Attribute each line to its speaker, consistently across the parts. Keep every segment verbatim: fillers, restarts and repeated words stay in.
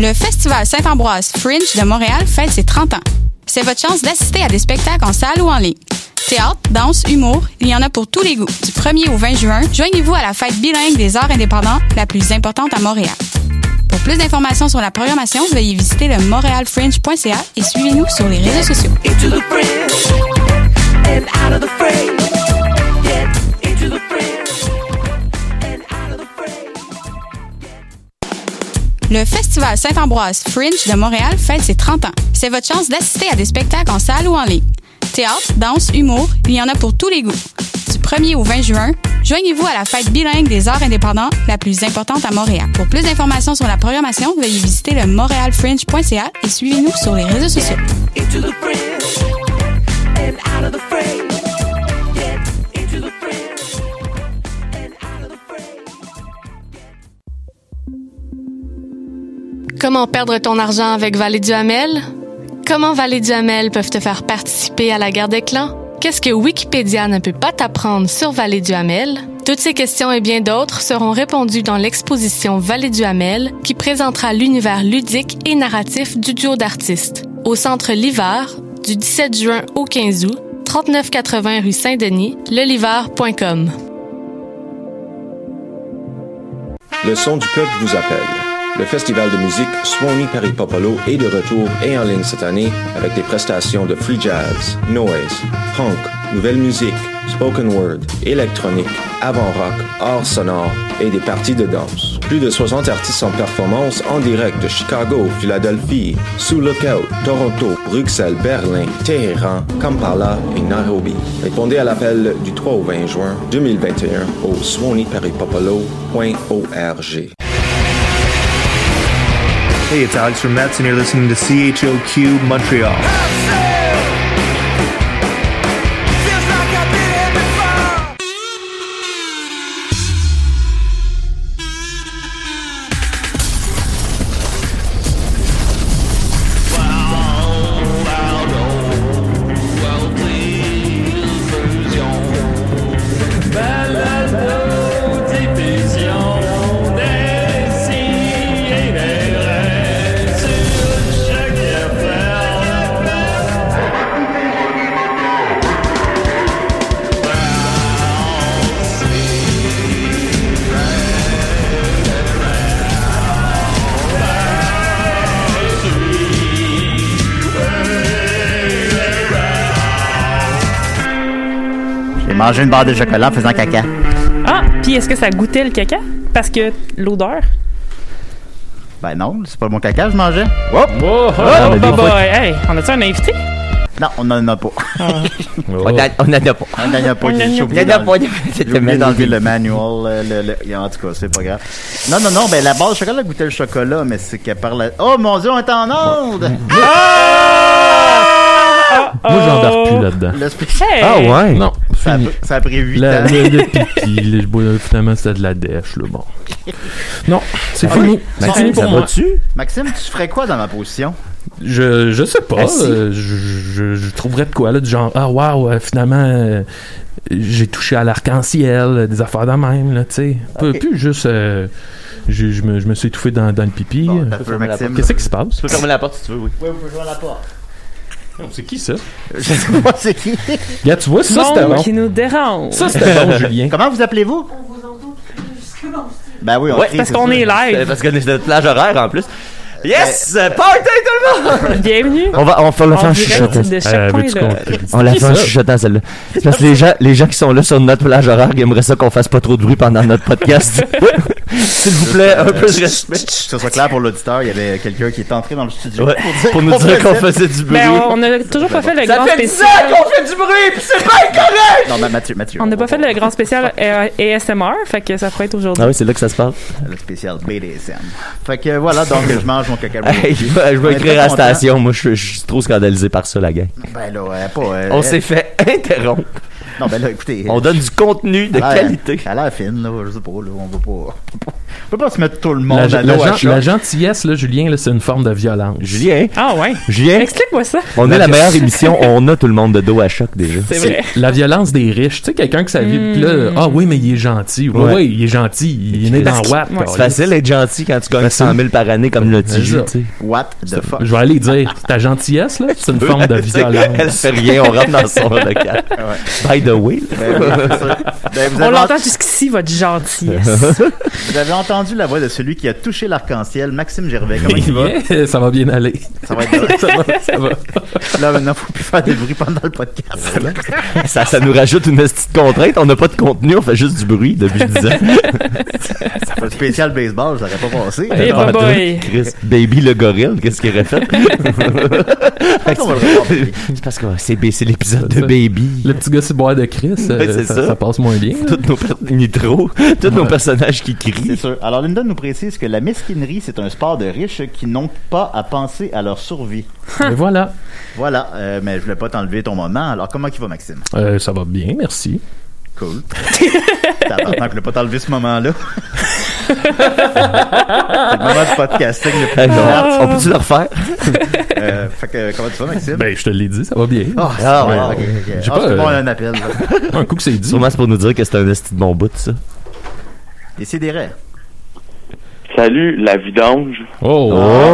Speaker 1: Le Festival Saint-Ambroise Fringe de Montréal fête ses trente ans. C'est votre chance d'assister à des spectacles en salle ou en ligne. Théâtre, danse, humour, il y en a pour tous les goûts. Du premier au vingt juin, joignez-vous à la fête bilingue des arts indépendants, la plus importante à Montréal. Pour plus d'informations sur la programmation, veuillez visiter le montreal fringe point c a et suivez-nous sur les réseaux sociaux. Le Festival Saint-Ambroise Fringe de Montréal fête ses trente ans. C'est votre chance d'assister à des spectacles en salle ou en ligne. Théâtre, danse, humour, il y en a pour tous les goûts. Du premier au vingt juin, joignez-vous à la fête bilingue des arts indépendants, la plus importante à Montréal. Pour plus d'informations sur la programmation, veuillez visiter le montreal fringe point c a et suivez-nous sur les réseaux sociaux.
Speaker 2: Comment perdre ton argent avec Vallée du Hamel? Comment Vallée du Hamel peuvent te faire participer à la guerre des clans? Qu'est-ce que Wikipédia ne peut pas t'apprendre sur Vallée du Hamel? Toutes ces questions et bien d'autres seront répondues dans l'exposition Vallée du Hamel qui présentera l'univers ludique et narratif du duo d'artistes. Au Centre L'Hiver, du dix-sept juin au quinze août, trente-neuf quatre-vingts rue Saint-Denis, le liver point com.
Speaker 3: Le son du peuple vous appelle. Le festival de musique Swanee Peripopolo est de retour et en ligne cette année avec des prestations de free jazz, noise, punk, nouvelle musique, spoken word, électronique, avant-rock, art sonore et des parties de danse. Plus de soixante artistes en performance en direct de Chicago, Philadelphie, Sous Lookout, Toronto, Bruxelles, Berlin, Téhéran, Kampala et Nairobi. Répondez à l'appel du trois au vingt juin deux mille vingt et un au swanee peripopolo point org.
Speaker 4: Hey, it's Alex from Mets, and you're listening to C H O Q Montreal.
Speaker 5: Manger une barre de chocolat en faisant caca.
Speaker 6: Ah, puis est-ce que ça goûtait le caca? Parce que l'odeur?
Speaker 5: Ben non, c'est pas mon caca, je mangeais.
Speaker 6: Oh! Oh! Oh! Oh! Bah, bah, hey, on a-tu un invité?
Speaker 5: Non, on n'en a pas.
Speaker 6: Ah.
Speaker 7: on n'en a pas.
Speaker 5: On n'en a pas. On n'en a pas. J'ai oublié d'enlever le manual. Le, le, le, en tout cas, c'est pas grave. Non, non, non, ben la barre de chocolat goûtait le chocolat, mais c'est qu'elle parle... Oh mon Dieu, on est en onde!
Speaker 6: Ah!
Speaker 8: Moi, j'embarque plus là-dedans.
Speaker 5: Le spécial.
Speaker 8: Hey. Ah ouais? Non.
Speaker 5: Ça a, ça a pris huit
Speaker 8: la,
Speaker 5: ans.
Speaker 8: Le, le pipi, le, je bois, finalement, c'était de la dèche, là, bon. Non, c'est
Speaker 5: ah,
Speaker 8: fini.
Speaker 5: Oui.
Speaker 8: C'est
Speaker 5: Maxime,
Speaker 8: fini pour
Speaker 5: ça
Speaker 8: moi.
Speaker 5: va-tu? Maxime, tu ferais quoi dans ma position?
Speaker 8: Je, je sais pas.
Speaker 5: Assis.
Speaker 8: Euh, je, je, je trouverais de quoi, là, du genre, ah, waouh, euh, finalement, euh, j'ai touché à l'arc-en-ciel, euh, des affaires de même, là, tu sais. Okay. Plus juste... Euh, je, je, me, je me suis étouffé dans, dans le pipi.
Speaker 5: Bon, peu, Maxime,
Speaker 8: qu'est-ce qui se passe?
Speaker 7: Tu peux fermer la porte si tu veux, oui.
Speaker 5: Oui, vous pouvez jouer à la porte.
Speaker 8: Oh, c'est qui ça?
Speaker 5: Je sais pas c'est qui.
Speaker 8: Regarde, tu vois, ça c'était bon.
Speaker 6: Qui nous dérange.
Speaker 8: Ça c'était bon, Julien.
Speaker 5: Comment vous appelez-vous?
Speaker 9: On vous entend jusque dans le studio.
Speaker 5: Ben oui, on
Speaker 6: ouais,
Speaker 5: crie,
Speaker 6: parce
Speaker 5: c'est
Speaker 6: qu'on
Speaker 5: ça.
Speaker 6: est live.
Speaker 7: Parce qu'on est de plage horaire en plus. Yes! Ben, party tout le monde!
Speaker 6: Bienvenue.
Speaker 7: On va, on va la faire en chuchotant.
Speaker 8: Euh,
Speaker 7: on la fait en chuchotant celle-là. C'est parce que les gens, les gens qui sont là sur notre plage horaire, ils aimeraient ça qu'on fasse pas trop de bruit pendant notre podcast. S'il vous plaît, un peu de respect.
Speaker 5: Que ce soit clair pour l'auditeur, il y avait quelqu'un qui est entré dans le studio
Speaker 7: ouais, pour, pour nous dire qu'on faisait du bruit.
Speaker 6: Mais on n'a toujours pas fait le
Speaker 7: ça
Speaker 6: grand
Speaker 7: fait
Speaker 6: spécial.
Speaker 7: Ça fait dix ans qu'on fait du bruit, pis c'est pas incorrect!
Speaker 5: Non, mais Mathieu, Mathieu.
Speaker 6: On n'a pas fait le grand spécial A S M R, fait que ça pourrait être aujourd'hui.
Speaker 7: Ah oui, c'est là que ça se passe.
Speaker 5: Le spécial B D S M. Fait que voilà, donc je mange mon caca.
Speaker 7: Hey, je vais, je vais écrire à la station. Moi, je, je suis trop scandalisé par ça, la gang.
Speaker 5: Ben là, ouais, pas. Euh,
Speaker 7: on s'est fait interrompre.
Speaker 5: Non, ben là, écoutez.
Speaker 7: On donne du contenu de
Speaker 5: elle
Speaker 7: qualité.
Speaker 5: Elle a l'air fine, là. Je sais pas, là. On va pas. On peut pas se mettre tout le monde
Speaker 8: La,
Speaker 5: à
Speaker 8: la,
Speaker 5: dos à
Speaker 8: gen-
Speaker 5: choc.
Speaker 8: la gentillesse, là, Julien, là, c'est une forme de violence.
Speaker 7: Julien,
Speaker 6: Ah ouais.
Speaker 7: Julien,
Speaker 6: Explique-moi ça.
Speaker 7: on est la meilleure émission, on a tout le monde de dos à choc déjà.
Speaker 6: C'est vrai.
Speaker 8: La violence des riches. Tu sais, quelqu'un que ça vit, pis là, ah oui, mais il est gentil. Oui,
Speaker 7: Ouais.
Speaker 8: ouais, il est gentil. Il est né dans Watt.
Speaker 6: ouais.
Speaker 7: C'est facile d'être gentil quand tu gagnes cent mille par année comme le
Speaker 8: C'est
Speaker 7: Tiju,
Speaker 8: ça.
Speaker 7: tu sais.
Speaker 5: What the fuck?
Speaker 8: Je vais aller dire, ta gentillesse, là, c'est une forme de violence.
Speaker 7: Elle fait rien, on rentre dans son local. By the way.
Speaker 5: Ben, oui, c'est ça. Ben, vous,
Speaker 6: On
Speaker 5: avez
Speaker 6: l'entend jusqu'ici, votre gentillesse.
Speaker 5: vous avez entendu la voix de celui qui a touché l'arc-en-ciel, Maxime Gervais. Comment il va?
Speaker 8: Yeah, ça va bien aller.
Speaker 5: Ça va être
Speaker 8: ça va, ça va.
Speaker 5: Là, maintenant, faut plus faire des bruits pendant le podcast.
Speaker 7: Ça, ça nous rajoute une petite contrainte. On n'a pas de contenu, on fait juste du bruit depuis dix ans.
Speaker 5: Ça fait le spécial baseball, ça aurait pas passé.
Speaker 6: Hey,
Speaker 7: Ah,
Speaker 6: boy, boy.
Speaker 7: Chris, Baby le gorille, qu'est-ce qu'il aurait fait?
Speaker 5: On va le revoir, Baby.
Speaker 7: C'est parce que ouais, c'est, c'est l'épisode
Speaker 8: C'est
Speaker 7: de
Speaker 8: ça.
Speaker 7: Baby.
Speaker 8: Le petit gars c'est boire de Chris, euh,
Speaker 7: Ouais, c'est
Speaker 8: ça,
Speaker 7: ça.
Speaker 8: ça passe moins bien.
Speaker 7: Tous nos per- Nitro, tous nos personnages qui
Speaker 5: C'est
Speaker 7: crient.
Speaker 5: sûr. Alors, Linda nous précise que la mesquinerie, c'est un sport de riches qui n'ont pas à penser à leur survie.
Speaker 8: Et voilà.
Speaker 5: Voilà, euh, mais je voulais pas t'enlever ton moment. Alors, comment il va, Maxime?
Speaker 8: Euh, ça va bien, merci.
Speaker 5: Cool. T'as attends que je voulais pas t'enlever ce moment-là. C'est le moment de podcasting le plus
Speaker 7: Hey, non,
Speaker 5: plate.
Speaker 7: on peut-tu le refaire?
Speaker 5: Euh, fait que, comment tu vas, Maxime?
Speaker 8: Ben, je te l'ai dit, ça va bien.
Speaker 5: Ah, c'est
Speaker 7: Ah,
Speaker 5: bon,
Speaker 7: ouais.
Speaker 5: ok, ok.
Speaker 8: J'ai
Speaker 5: Ah,
Speaker 8: pas,
Speaker 5: c'est bon, on a
Speaker 8: euh,
Speaker 5: un appel. là.
Speaker 8: Un coup que c'est dit.
Speaker 7: Sûrement c'est pour nous dire que c'est un esti de bon bout, ça.
Speaker 5: Décidérez.
Speaker 10: Salut, la vidange.
Speaker 8: Oh!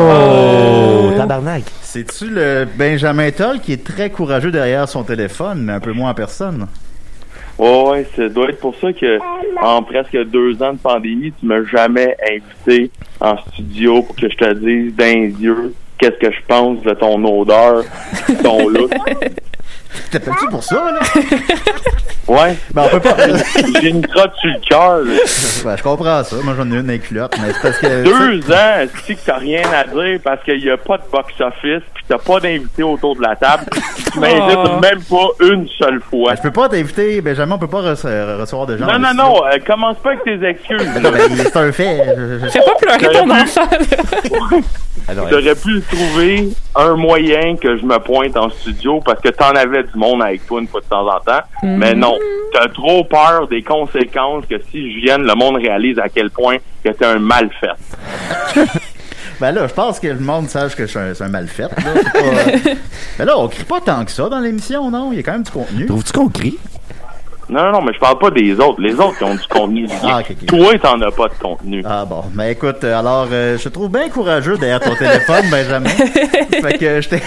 Speaker 7: Oh! Tabarnak!
Speaker 5: C'est-tu le Benjamin Toll qui est très courageux derrière son téléphone, mais un peu moins en personne?
Speaker 10: Ouais, ouais, ça doit être pour ça que en presque deux ans de pandémie, tu m'as jamais invité en studio pour que je te dise dans les yeux qu'est-ce que je pense de ton odeur, ton look.
Speaker 5: T'appelles-tu pour ça, là?
Speaker 10: Ouais.
Speaker 5: Ben, on peut pas.
Speaker 10: J'ai une crotte sur le cœur, là.
Speaker 5: Ben, je comprends ça. Moi, j'en ai une dans les culottes, mais c'est parce que.
Speaker 10: Deux ans, tu que t'as rien à dire parce qu'il y a pas de box-office pis t'as pas d'invité autour de la table. Tu m'invites
Speaker 6: Oh.
Speaker 10: même pas une seule fois.
Speaker 5: Ben, je peux pas t'inviter, Benjamin, on peut pas rece- recevoir de gens.
Speaker 10: Non, non, non, euh, commence pas avec tes excuses.
Speaker 5: Ben, non, ben, c'est un fait. Je- je-
Speaker 6: Fais pas pleurer ton
Speaker 10: J'aurais
Speaker 6: enfant. là.
Speaker 7: Alors,
Speaker 10: J'aurais pu trouver un moyen que je me pointe en studio parce que t'en avais du monde avec toi une fois de temps en temps. Mais non, t'as trop peur des conséquences que si je vienne, le monde réalise à quel point que t'es un mal fait.
Speaker 5: Ben là, je pense que le monde sache que je suis un, c'est un mal fait. Là. C'est pas, euh, ben là, on crie pas tant que ça dans l'émission, non? Il y a quand même du contenu.
Speaker 7: trouves-tu qu'on crie?
Speaker 10: Non, non, non, mais je parle pas des autres. Les autres qui ont du contenu.
Speaker 5: Ah, ok, ok.
Speaker 10: Toi, t'en as pas de contenu.
Speaker 5: Ah bon, ben écoute, euh, alors euh, je te trouve bien courageux derrière ton téléphone, Benjamin. Fait que je t'invite,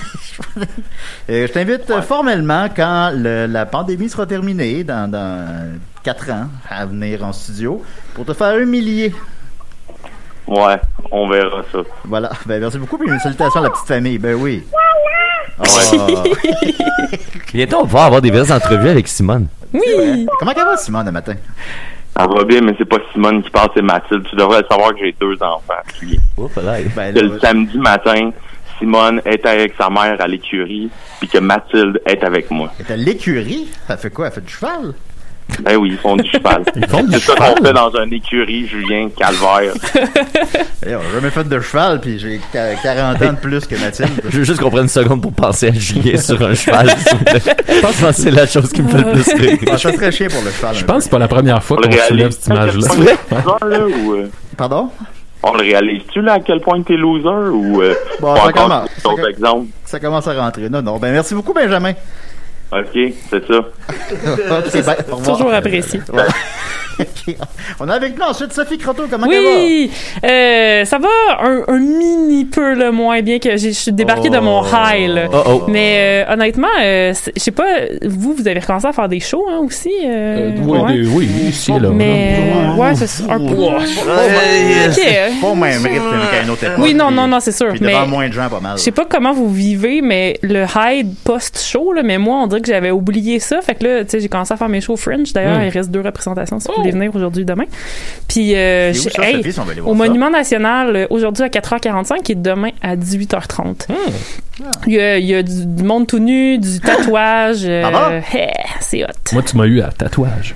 Speaker 5: Euh, je t'invite euh, formellement quand le- la pandémie sera terminée, dans, dans quatre ans, à venir en studio pour te faire humilier.
Speaker 10: Ouais, on verra ça.
Speaker 5: Voilà, ben merci beaucoup, puis une salutation à la petite famille. Ben oui. Ah.
Speaker 7: Bientôt, on va pouvoir avoir des vraies entrevues avec Simone.
Speaker 6: Oui.
Speaker 5: Comment elle va, Simone, le matin?
Speaker 10: Ça va bien, mais c'est pas Simone qui parle, c'est Mathilde. Tu devrais savoir que j'ai deux enfants. Puis,
Speaker 7: Oh, là.
Speaker 5: Ben,
Speaker 10: que
Speaker 5: là,
Speaker 10: le samedi matin, Simone est avec sa mère à l'écurie, puis que Mathilde est avec moi.
Speaker 5: t'as l'écurie? Elle fait quoi? Elle fait du cheval?
Speaker 10: Ben oui, ils font du cheval.
Speaker 8: Ils font du
Speaker 10: C'est ça
Speaker 8: cheval.
Speaker 10: qu'on fait dans une écurie, Julien, calvaire.
Speaker 5: Eh, on n'a jamais fait de cheval, puis j'ai qua- quarante ans de plus que Mathilde.
Speaker 7: Je veux juste qu'on prenne une seconde pour penser à Julien sur un cheval, s'il vous plaît. Je pense que c'est la chose qui me fait le plus rire.
Speaker 5: Ah, ça serait chiant pour le cheval.
Speaker 8: Je
Speaker 5: un
Speaker 8: pense que c'est pas la première fois
Speaker 10: On le
Speaker 8: qu'on soulève
Speaker 10: réalise.
Speaker 8: cette image-là.
Speaker 10: C'est vrai? Là, ou, euh,
Speaker 5: peu. Pardon?
Speaker 10: on le réalise-tu là à quel point t'es loser ou euh,
Speaker 5: Bon,
Speaker 10: pas
Speaker 5: ça
Speaker 10: encore
Speaker 5: commence. Ça
Speaker 10: d'autres
Speaker 5: com-
Speaker 10: exemples?
Speaker 5: Ça commence à rentrer. Non, non. Ben, merci beaucoup, Benjamin.
Speaker 10: Ok, c'est ça.
Speaker 5: Ok, ben, au revoir.
Speaker 6: Toujours apprécié.
Speaker 5: Ouais. Ok. On a avec nous ensuite Sophie Croteau. Comment
Speaker 6: Oui, euh, ça va un, un mini peu le moins bien que j'ai- je suis débarqué de mon high. Là.
Speaker 7: Oh, oh.
Speaker 6: Mais euh, honnêtement, euh, c'est- je sais pas, vous, vous avez recommencé à faire des shows hein, aussi. Euh,
Speaker 8: Euh, ouais,
Speaker 6: ouais.
Speaker 8: des- oui, ici et là.
Speaker 6: Mais euh, ouais, c'est un peu. Ok.
Speaker 5: Pas au même rythme qu'à une autre époque.
Speaker 6: Oui, non,
Speaker 5: puis-
Speaker 6: non, non, c'est sûr.
Speaker 5: Puis
Speaker 6: Mais
Speaker 5: devant moins de gens, pas mal.
Speaker 6: je sais pas comment vous vivez, mais le high post-show, là, mais moi, on dirait que j'avais oublié ça. Fait que là, tu sais, j'ai commencé à faire mes shows Fringe. D'ailleurs,
Speaker 8: Mm.
Speaker 6: il reste deux représentations si vous voulez venir aujourd'hui demain. Puis, euh,
Speaker 5: C'est où
Speaker 6: je-
Speaker 5: ça,
Speaker 6: hey,
Speaker 5: Sophie, si on veut aller voir
Speaker 6: au
Speaker 5: ça?
Speaker 6: Monument National, euh, aujourd'hui à quatre heures quarante-cinq et demain à dix-huit heures trente. Il y a, il y a du, du monde tout nu, du tatouage. euh,
Speaker 5: Ah bon?
Speaker 6: hey, c'est hot.
Speaker 8: Moi, tu m'as eu à tatouage.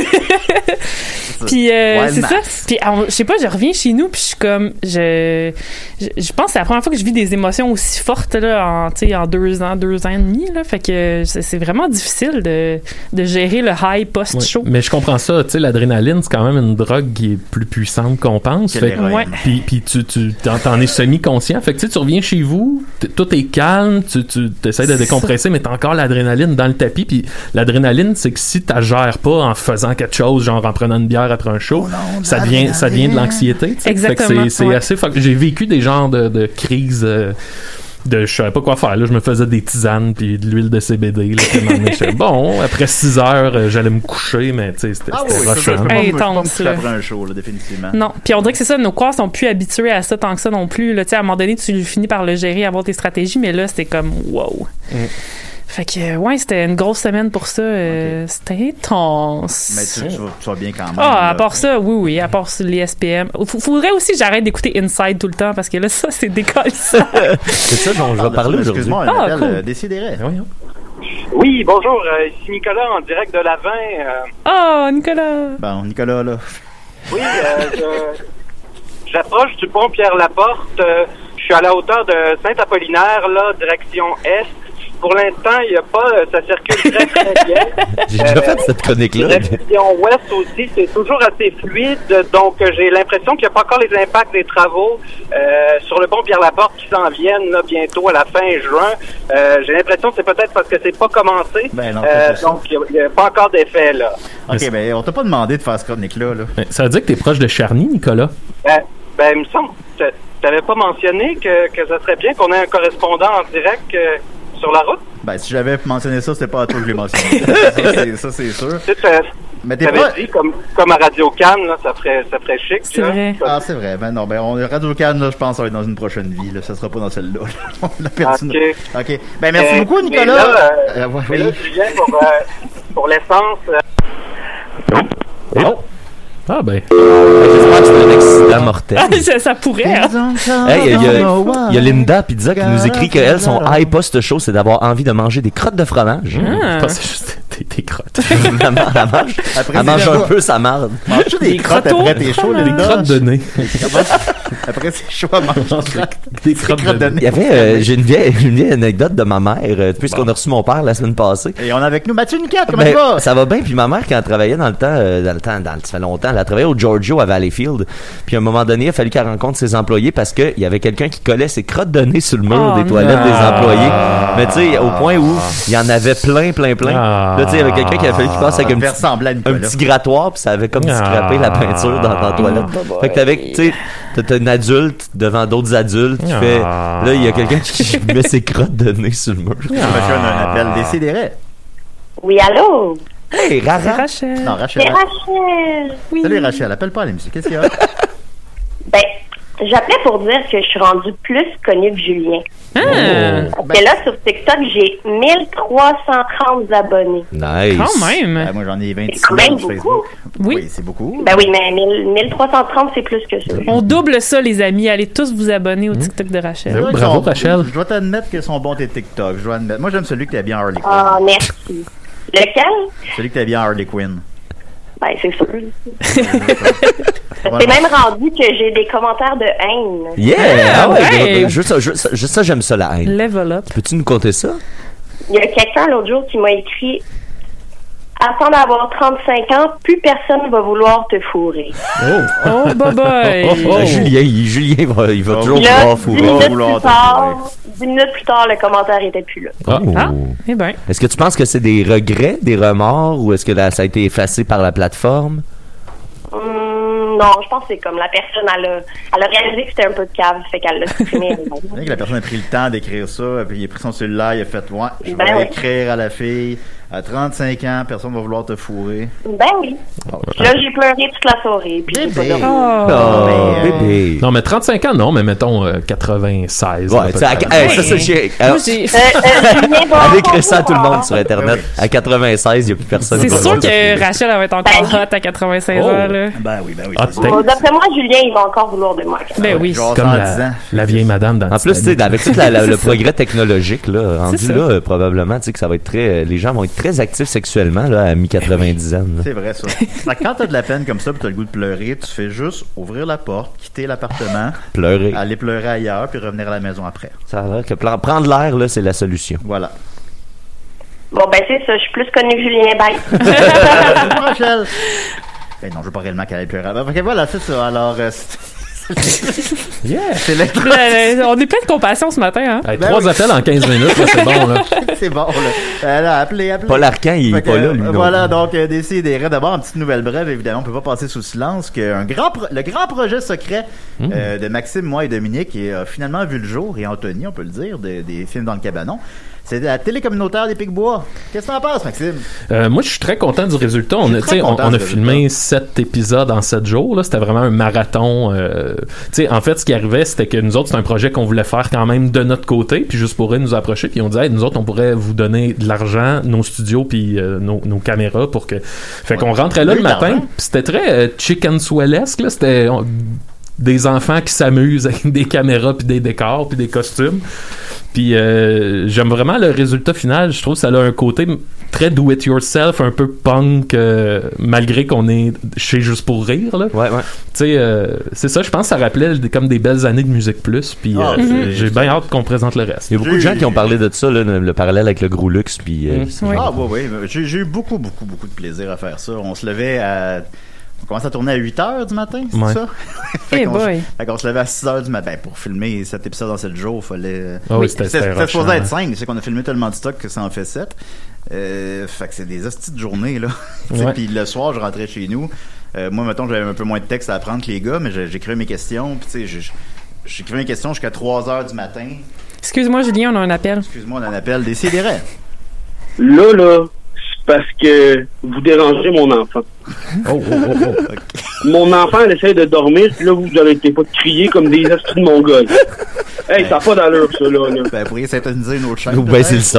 Speaker 6: Puis euh,
Speaker 5: Wild
Speaker 6: c'est
Speaker 5: Max.
Speaker 6: ça. Puis on- je sais pas, je reviens chez nous puis je suis comme je je, je pense que c'est la première fois que je vis des émotions aussi fortes là en tu sais en deux ans, deux ans et demi là. Fait que c'est c'est vraiment difficile de, de gérer le high post
Speaker 8: Ouais.
Speaker 6: show.
Speaker 8: Mais je comprends ça, tu sais, l'adrénaline l'adrénaline, c'est quand même une drogue qui est plus puissante qu'on pense.
Speaker 5: Que
Speaker 8: Fait,
Speaker 5: l'héroïne.
Speaker 6: Ouais.
Speaker 8: Puis, puis tu, tu t'en, t'en es semi-conscient. Fait que tu sais, tu reviens chez vous, t- tout est calme, tu, tu essaies de décompresser, mais t'as encore l'adrénaline dans le tapis. Puis l'adrénaline, c'est que si tu gères pas en faisant quelque chose, genre en prenant une bière après un show,
Speaker 5: non,
Speaker 8: ça devient ça devient de l'anxiété. tu sais.
Speaker 6: Exactement,
Speaker 8: Fait que c'est, c'est
Speaker 6: ouais.
Speaker 8: assez. Fait que j'ai vécu des genres de, de crises. Euh, de je savais pas quoi faire là, je me faisais des tisanes puis de l'huile de C B D là, puis à un moment donné, je fais, bon après six heures euh, j'allais me coucher mais tu sais c'était,
Speaker 5: Ah
Speaker 8: c'était
Speaker 5: oui, ça, je
Speaker 8: rushant.
Speaker 5: peux pas me- je peux pas me
Speaker 6: Intense,
Speaker 5: coucher
Speaker 6: là.
Speaker 5: après un show, là, définitivement.
Speaker 6: Non, puis on dirait que c'est ça, nos corps sont plus habitués à ça tant que ça non plus. Là, tu sais, à un moment donné, tu finis par le gérer, avoir tes stratégies, mais là, c'était comme wow.
Speaker 8: Mm.
Speaker 6: Fait que, ouais, c'était une grosse semaine pour ça. euh, C'était intense.
Speaker 5: Mais tu, tu, vas, tu vas bien quand même.
Speaker 6: Ah, à
Speaker 5: là.
Speaker 6: part ça, oui, oui, à part les S P M. F- faudrait aussi que j'arrête d'écouter Inside tout le temps parce que là, ça, c'est décollissant.
Speaker 7: C'est ça dont je vais
Speaker 5: Parle de
Speaker 7: parler
Speaker 5: ça,
Speaker 7: aujourd'hui.
Speaker 5: Excuse-moi,
Speaker 6: Ah,
Speaker 5: un appel
Speaker 6: cool.
Speaker 5: euh, Décidérez.
Speaker 8: Voyons.
Speaker 11: Oui, bonjour, euh, ici Nicolas en direct de Lavin. Euh,
Speaker 6: Oh, Nicolas!
Speaker 5: Bon, Nicolas, là.
Speaker 11: oui, euh, je- j'approche du pont Pierre-Laporte. Euh, je suis à la hauteur de Saint-Apollinaire, là, direction Est. Pour l'instant, il n'y a pas, euh, ça circule très, très bien.
Speaker 7: J'ai déjà
Speaker 11: Euh,
Speaker 7: fait cette chronique-là.
Speaker 11: Direction Ouest aussi, c'est toujours assez fluide. Donc, euh, j'ai l'impression qu'il n'y a pas encore les impacts des travaux euh, sur le pont Pierre-Laporte qui s'en viennent là, bientôt à la fin juin. Euh, j'ai l'impression que c'est peut-être parce que c'est pas commencé.
Speaker 5: Ben non,
Speaker 11: Euh,
Speaker 5: pas ça.
Speaker 11: donc, il n'y a, a pas encore d'effet, là.
Speaker 5: Ok, ben, on t'a pas demandé de faire cette chronique-là, là.
Speaker 8: Ben, ça veut dire que t'es proche de Charny, Nicolas.
Speaker 11: Ben, ben, il me semble que tu n'avais pas mentionné que, que ça serait bien qu'on ait un correspondant en direct euh, sur la route.
Speaker 5: Ben, si j'avais mentionné ça, c'était pas à toi que je l'ai mentionné. ça, c'est, ça, c'est sûr.
Speaker 11: Tu sais,
Speaker 5: Mais t'es
Speaker 11: t'avais
Speaker 5: pas...
Speaker 11: dit, comme, comme à Radio Cannes, là, ça ferait, ça ferait chic.
Speaker 6: C'est
Speaker 11: là.
Speaker 6: vrai.
Speaker 5: Ah, c'est vrai. Ben non, ben, on, Radio-Can, là, je pense, ça va être dans une prochaine vie, là. Ça sera pas dans celle-là. On l'a perdu.
Speaker 11: Ok.
Speaker 5: Ok. Ben, merci
Speaker 11: Euh,
Speaker 5: beaucoup,
Speaker 11: mais
Speaker 5: Nicolas.
Speaker 11: là, euh,
Speaker 5: Euh, ouais,
Speaker 11: mais
Speaker 5: oui.
Speaker 11: là, Julien, pour, euh, pour l'essence, euh,
Speaker 8: Oh. Ah ben.
Speaker 7: J'espère que c'est un accident mortel.
Speaker 6: ça, ça pourrait, hein?
Speaker 7: Hey, il y, a- il y a Linda Pizza qui nous écrit qu'elle, son high post show, c'est d'avoir envie de manger des crottes de fromage.
Speaker 6: Ah.
Speaker 8: Je pense que c'est juste des, des crottes.
Speaker 7: Elle mange, elle mange,
Speaker 5: Après,
Speaker 7: elle mange
Speaker 5: c'est
Speaker 7: un
Speaker 5: là-bas.
Speaker 7: peu sa marde.
Speaker 5: Manges-tu des
Speaker 6: Des
Speaker 5: crottes
Speaker 6: crottos?
Speaker 5: après tes shows,
Speaker 6: Des
Speaker 8: Des
Speaker 5: Linda?
Speaker 8: crottes de nez.
Speaker 5: Après, c'est chaud à manger.
Speaker 8: Des crottes de nez.
Speaker 7: Il y avait, euh, j'ai une vieille, une vieille anecdote de ma mère, euh, puisqu'on a reçu mon père la semaine passée.
Speaker 5: Et on a avec nous Mathieu Niquette, comment
Speaker 7: Ben,
Speaker 5: tu vas?
Speaker 7: ça va bien. Puis ma mère, quand elle travaillait dans le temps, euh, dans le temps, dans, ça fait longtemps, elle a travaillé au Giorgio à Valleyfield. Puis à un moment donné, il a fallu qu'elle rencontre ses employés parce qu'il y avait quelqu'un qui collait ses crottes de nez sur le mur
Speaker 6: Oh,
Speaker 7: des toilettes
Speaker 6: non.
Speaker 7: des employés. Mais tu sais, au point où il y en avait plein, plein, plein.
Speaker 8: Ah.
Speaker 7: Là, tu sais, il y avait quelqu'un qui a fallu qu'il passe avec un
Speaker 5: Faire
Speaker 7: petit,
Speaker 5: semblant à
Speaker 7: un
Speaker 5: Nicolas.
Speaker 7: petit grattoir, puis ça avait comme
Speaker 8: Ah.
Speaker 7: scrappé la peinture dans, dans la toilette. Fait que t'avais, tu sais, t'as- t'as une adulte devant d'autres adultes qui
Speaker 8: Ah.
Speaker 7: fait, là, il y a quelqu'un qui met ses crottes de nez sur le mur.
Speaker 5: Monsieur, on a un appel Décidérez.
Speaker 12: Oui, allô?
Speaker 7: Hey,
Speaker 6: C'est
Speaker 7: Rara!
Speaker 6: Rachel.
Speaker 5: Non, Rachel.
Speaker 12: C'est Rachel.
Speaker 6: Oui.
Speaker 5: Salut Rachel, appelle pas à l'émission. Qu'est-ce qu'il y a?
Speaker 12: Ben, j'appelais pour dire que je suis rendue plus connue que Julien.
Speaker 6: Ah,
Speaker 12: Parce que là, sur TikTok, j'ai mille trois cent trente abonnés.
Speaker 7: Nice!
Speaker 6: quand même.
Speaker 5: Ah, moi, j'en ai vingt-six
Speaker 12: C'est quand même
Speaker 5: sur
Speaker 12: beaucoup.
Speaker 5: Facebook.
Speaker 6: Oui.
Speaker 5: c'est beaucoup.
Speaker 12: Ben oui, mais mille mille trois cent trente, c'est plus que ça.
Speaker 6: On double ça, les amis. Allez tous vous abonner
Speaker 7: Hmm.
Speaker 6: au TikTok de
Speaker 5: C'est
Speaker 6: Rachel.
Speaker 5: vrai qu'ils
Speaker 8: Bravo,
Speaker 5: sont-
Speaker 8: Rachel.
Speaker 5: Je dois t'admettre qu'ils sont bons tes TikTok. Je dois admettre. Moi, j'aime celui que t'as bien Harley Quinn.
Speaker 12: Ah, merci. Lequel?
Speaker 5: Celui que t'as bien Harley Quinn.
Speaker 12: Ben, c'est sûr.
Speaker 5: Voilà.
Speaker 12: C'est même rendu que j'ai des commentaires de haine.
Speaker 7: Yeah!
Speaker 6: Ah,
Speaker 7: Ah ouais,
Speaker 6: ouais.
Speaker 7: ben, juste, ça, juste, juste ça, j'aime ça, la haine.
Speaker 6: Level up.
Speaker 7: Peux-tu nous compter ça?
Speaker 12: Il y a quelqu'un l'autre jour qui m'a écrit Attends d'avoir trente-cinq ans, plus personne va vouloir te fourrer.
Speaker 6: Oh, bye bye.
Speaker 7: Euh, Julien, il, Julien va, il va
Speaker 5: Oh.
Speaker 7: toujours
Speaker 12: Là,
Speaker 7: vouloir
Speaker 12: dix
Speaker 7: fourrer.
Speaker 12: minutes,
Speaker 5: vouloir
Speaker 12: plus
Speaker 5: te
Speaker 12: tard, dix minutes plus tard, le commentaire était plus là.
Speaker 8: Ah.
Speaker 6: Ah, eh ben.
Speaker 7: Est-ce que tu penses que c'est des regrets, des remords, ou est-ce que là, ça a été effacé par la plateforme?
Speaker 12: Hum, non, je pense que c'est comme la personne, elle a, elle a réalisé que c'était un peu de cave, fait qu'elle l'a supprimé.
Speaker 5: C'est vrai que la personne a pris le temps d'écrire ça, puis il a pris son cellulaire, il a fait ouais, je vais
Speaker 12: Ben oui.
Speaker 5: écrire à la fille. À trente-cinq ans, personne va vouloir te fourrer.
Speaker 12: Ben oui. Là, j'ai pleuré toute la soirée, puis j'ai pas
Speaker 5: Bébé.
Speaker 12: dormi.
Speaker 6: Oh.
Speaker 7: Oh,
Speaker 5: mais, euh,
Speaker 7: bébé.
Speaker 8: Non, mais trente-cinq ans, non, mais mettons euh, quatre-vingt-seize.
Speaker 7: Ouais,
Speaker 8: à peu
Speaker 7: tu sais, à-
Speaker 8: près.
Speaker 7: hey, ça, c'est chiant.
Speaker 6: Moi,
Speaker 7: Alors,
Speaker 6: j'ai-
Speaker 12: Euh, euh, Julien va
Speaker 7: Allez
Speaker 12: encore
Speaker 7: écrire ça à tout le monde sur
Speaker 12: voir.
Speaker 7: Internet. À quatre-vingt-seize, il n'y a plus personne.
Speaker 6: C'est
Speaker 7: qui va
Speaker 6: sûr
Speaker 7: vouloir te fourrer.
Speaker 6: que Rachel elle va être encore hot à quatre-vingt-seize
Speaker 8: Oh.
Speaker 6: ans, là.
Speaker 5: Ben oui, ben oui.
Speaker 8: Ah,
Speaker 5: c'est sûr.
Speaker 8: peut-être.
Speaker 12: Bon, d'après moi, Julien, il va encore vouloir de moi.
Speaker 6: Ben oui.
Speaker 5: Genre
Speaker 8: Comme
Speaker 5: cent dix
Speaker 8: la,
Speaker 5: ans.
Speaker 8: la vieille madame dans
Speaker 7: En plus, tu sais,
Speaker 8: Titanic.
Speaker 7: avec tout la- la- le progrès technologique, là, rendu
Speaker 6: C'est ça.
Speaker 7: là, euh, probablement, tu sais, que ça va être très, les gens vont être très actifs sexuellement, là, à mi-quatre-vingt-dix ans. là.
Speaker 5: C'est vrai, ça. Fait que quand t'as de la peine comme ça pis t'as le goût de pleurer, tu fais juste ouvrir la porte, quitter l'appartement,
Speaker 7: Pleurer.
Speaker 5: aller pleurer ailleurs, puis revenir à la maison après.
Speaker 7: Ça a l'air que pla- prendre l'air, là, c'est la solution.
Speaker 5: Voilà.
Speaker 12: Bon, ben c'est ça, je suis plus connue que Julien. Bye.
Speaker 5: Salut, Rachel! Ben non, je veux pas réellement qu'elle aille pleurer. Ok, voilà, c'est ça. Alors, euh,
Speaker 6: yeah!
Speaker 5: C'est le...
Speaker 6: On est plein de compassion ce matin, hein?
Speaker 8: Hey, ben trois oui. appels en quinze minutes, là, c'est bon, là.
Speaker 5: C'est bon, là. Elle a appelé, appelé.
Speaker 7: Paul Arcand, il est pas là, lui.
Speaker 5: Euh, voilà, donc, euh, Décidérez. D'abord, une petite nouvelle brève, évidemment, on peut pas passer sous silence qu'un grand, pro- le grand projet secret mmh. euh, de Maxime, moi et Dominique, et a euh, finalement vu le jour, et Anthony, on peut le dire, de, des films dans le cabanon. C'est la télé communautaire des Pic-Bois. Qu'est-ce que t'en penses, Maxime?
Speaker 8: Euh, moi, je suis très content du résultat. On a, on, on a filmé sept épisodes en sept jours. Là. C'était vraiment un marathon. Euh, en fait, ce qui arrivait, c'était que nous autres, c'est un projet qu'on voulait faire quand même de notre côté. Puis juste pour eux, nous approcher. Puis on disait, hey, nous autres, on pourrait vous donner de l'argent, nos studios, puis euh, nos, nos caméras pour que... Fait ouais. qu'on rentrait là le matin. Puis c'était très euh, chicken swellesque. Là. C'était... On, des enfants qui s'amusent avec des caméras puis des décors puis des costumes. Puis euh, j'aime vraiment le résultat final. Je trouve que ça a un côté très do-it-yourself, un peu punk, euh, malgré qu'on est chez Juste pour rire. Là.
Speaker 7: Ouais, ouais.
Speaker 8: Tu sais, euh, c'est ça, je pense que ça rappelait des, comme des belles années de Musique Plus. Puis euh, mm-hmm. j'ai bien hâte qu'on présente le reste.
Speaker 7: Il y a beaucoup de gens qui ont parlé de ça, là, le, le parallèle avec le Gros Luxe. Puis, euh,
Speaker 5: mm. oui. Ah, oui, oui. J'ai, j'ai eu beaucoup, beaucoup, beaucoup de plaisir à faire ça. On se levait à... On commence à tourner à huit heures du matin, c'est
Speaker 8: ouais.
Speaker 5: ça?
Speaker 6: Hey boy!
Speaker 5: Se, fait qu'on se levait à six heures du matin. Ben, pour filmer cet épisode en sept jours, il fallait...
Speaker 8: Oh, oui, c'était, c'était,
Speaker 5: c'était supposé être cinq. C'est qu'on a filmé tellement de stock que ça en fait sept. Euh, fait que c'est des hosties de journée, là. Ouais. Puis le soir, je rentrais chez nous. Euh, moi, mettons, j'avais un peu moins de texte à apprendre que les gars, mais j'écrivais mes questions. Puis tu sais, j'écrivais mes questions jusqu'à trois heures du matin.
Speaker 6: Excuse-moi, Julien, on a un appel.
Speaker 5: Excuse-moi, on a un appel. Décidérez.
Speaker 13: Là, là... parce que vous dérangez mon enfant.
Speaker 5: Oh, oh, oh, oh. Okay.
Speaker 13: Mon enfant, elle essaie de dormir, puis là, vous arrêtez pas de crier comme des esprits de mongols. Hey, ça n'a pas d'allure, ça, là. là.
Speaker 5: Ben, vous pourriez synthétiser une autre chaîne.
Speaker 7: Vous baissez le son,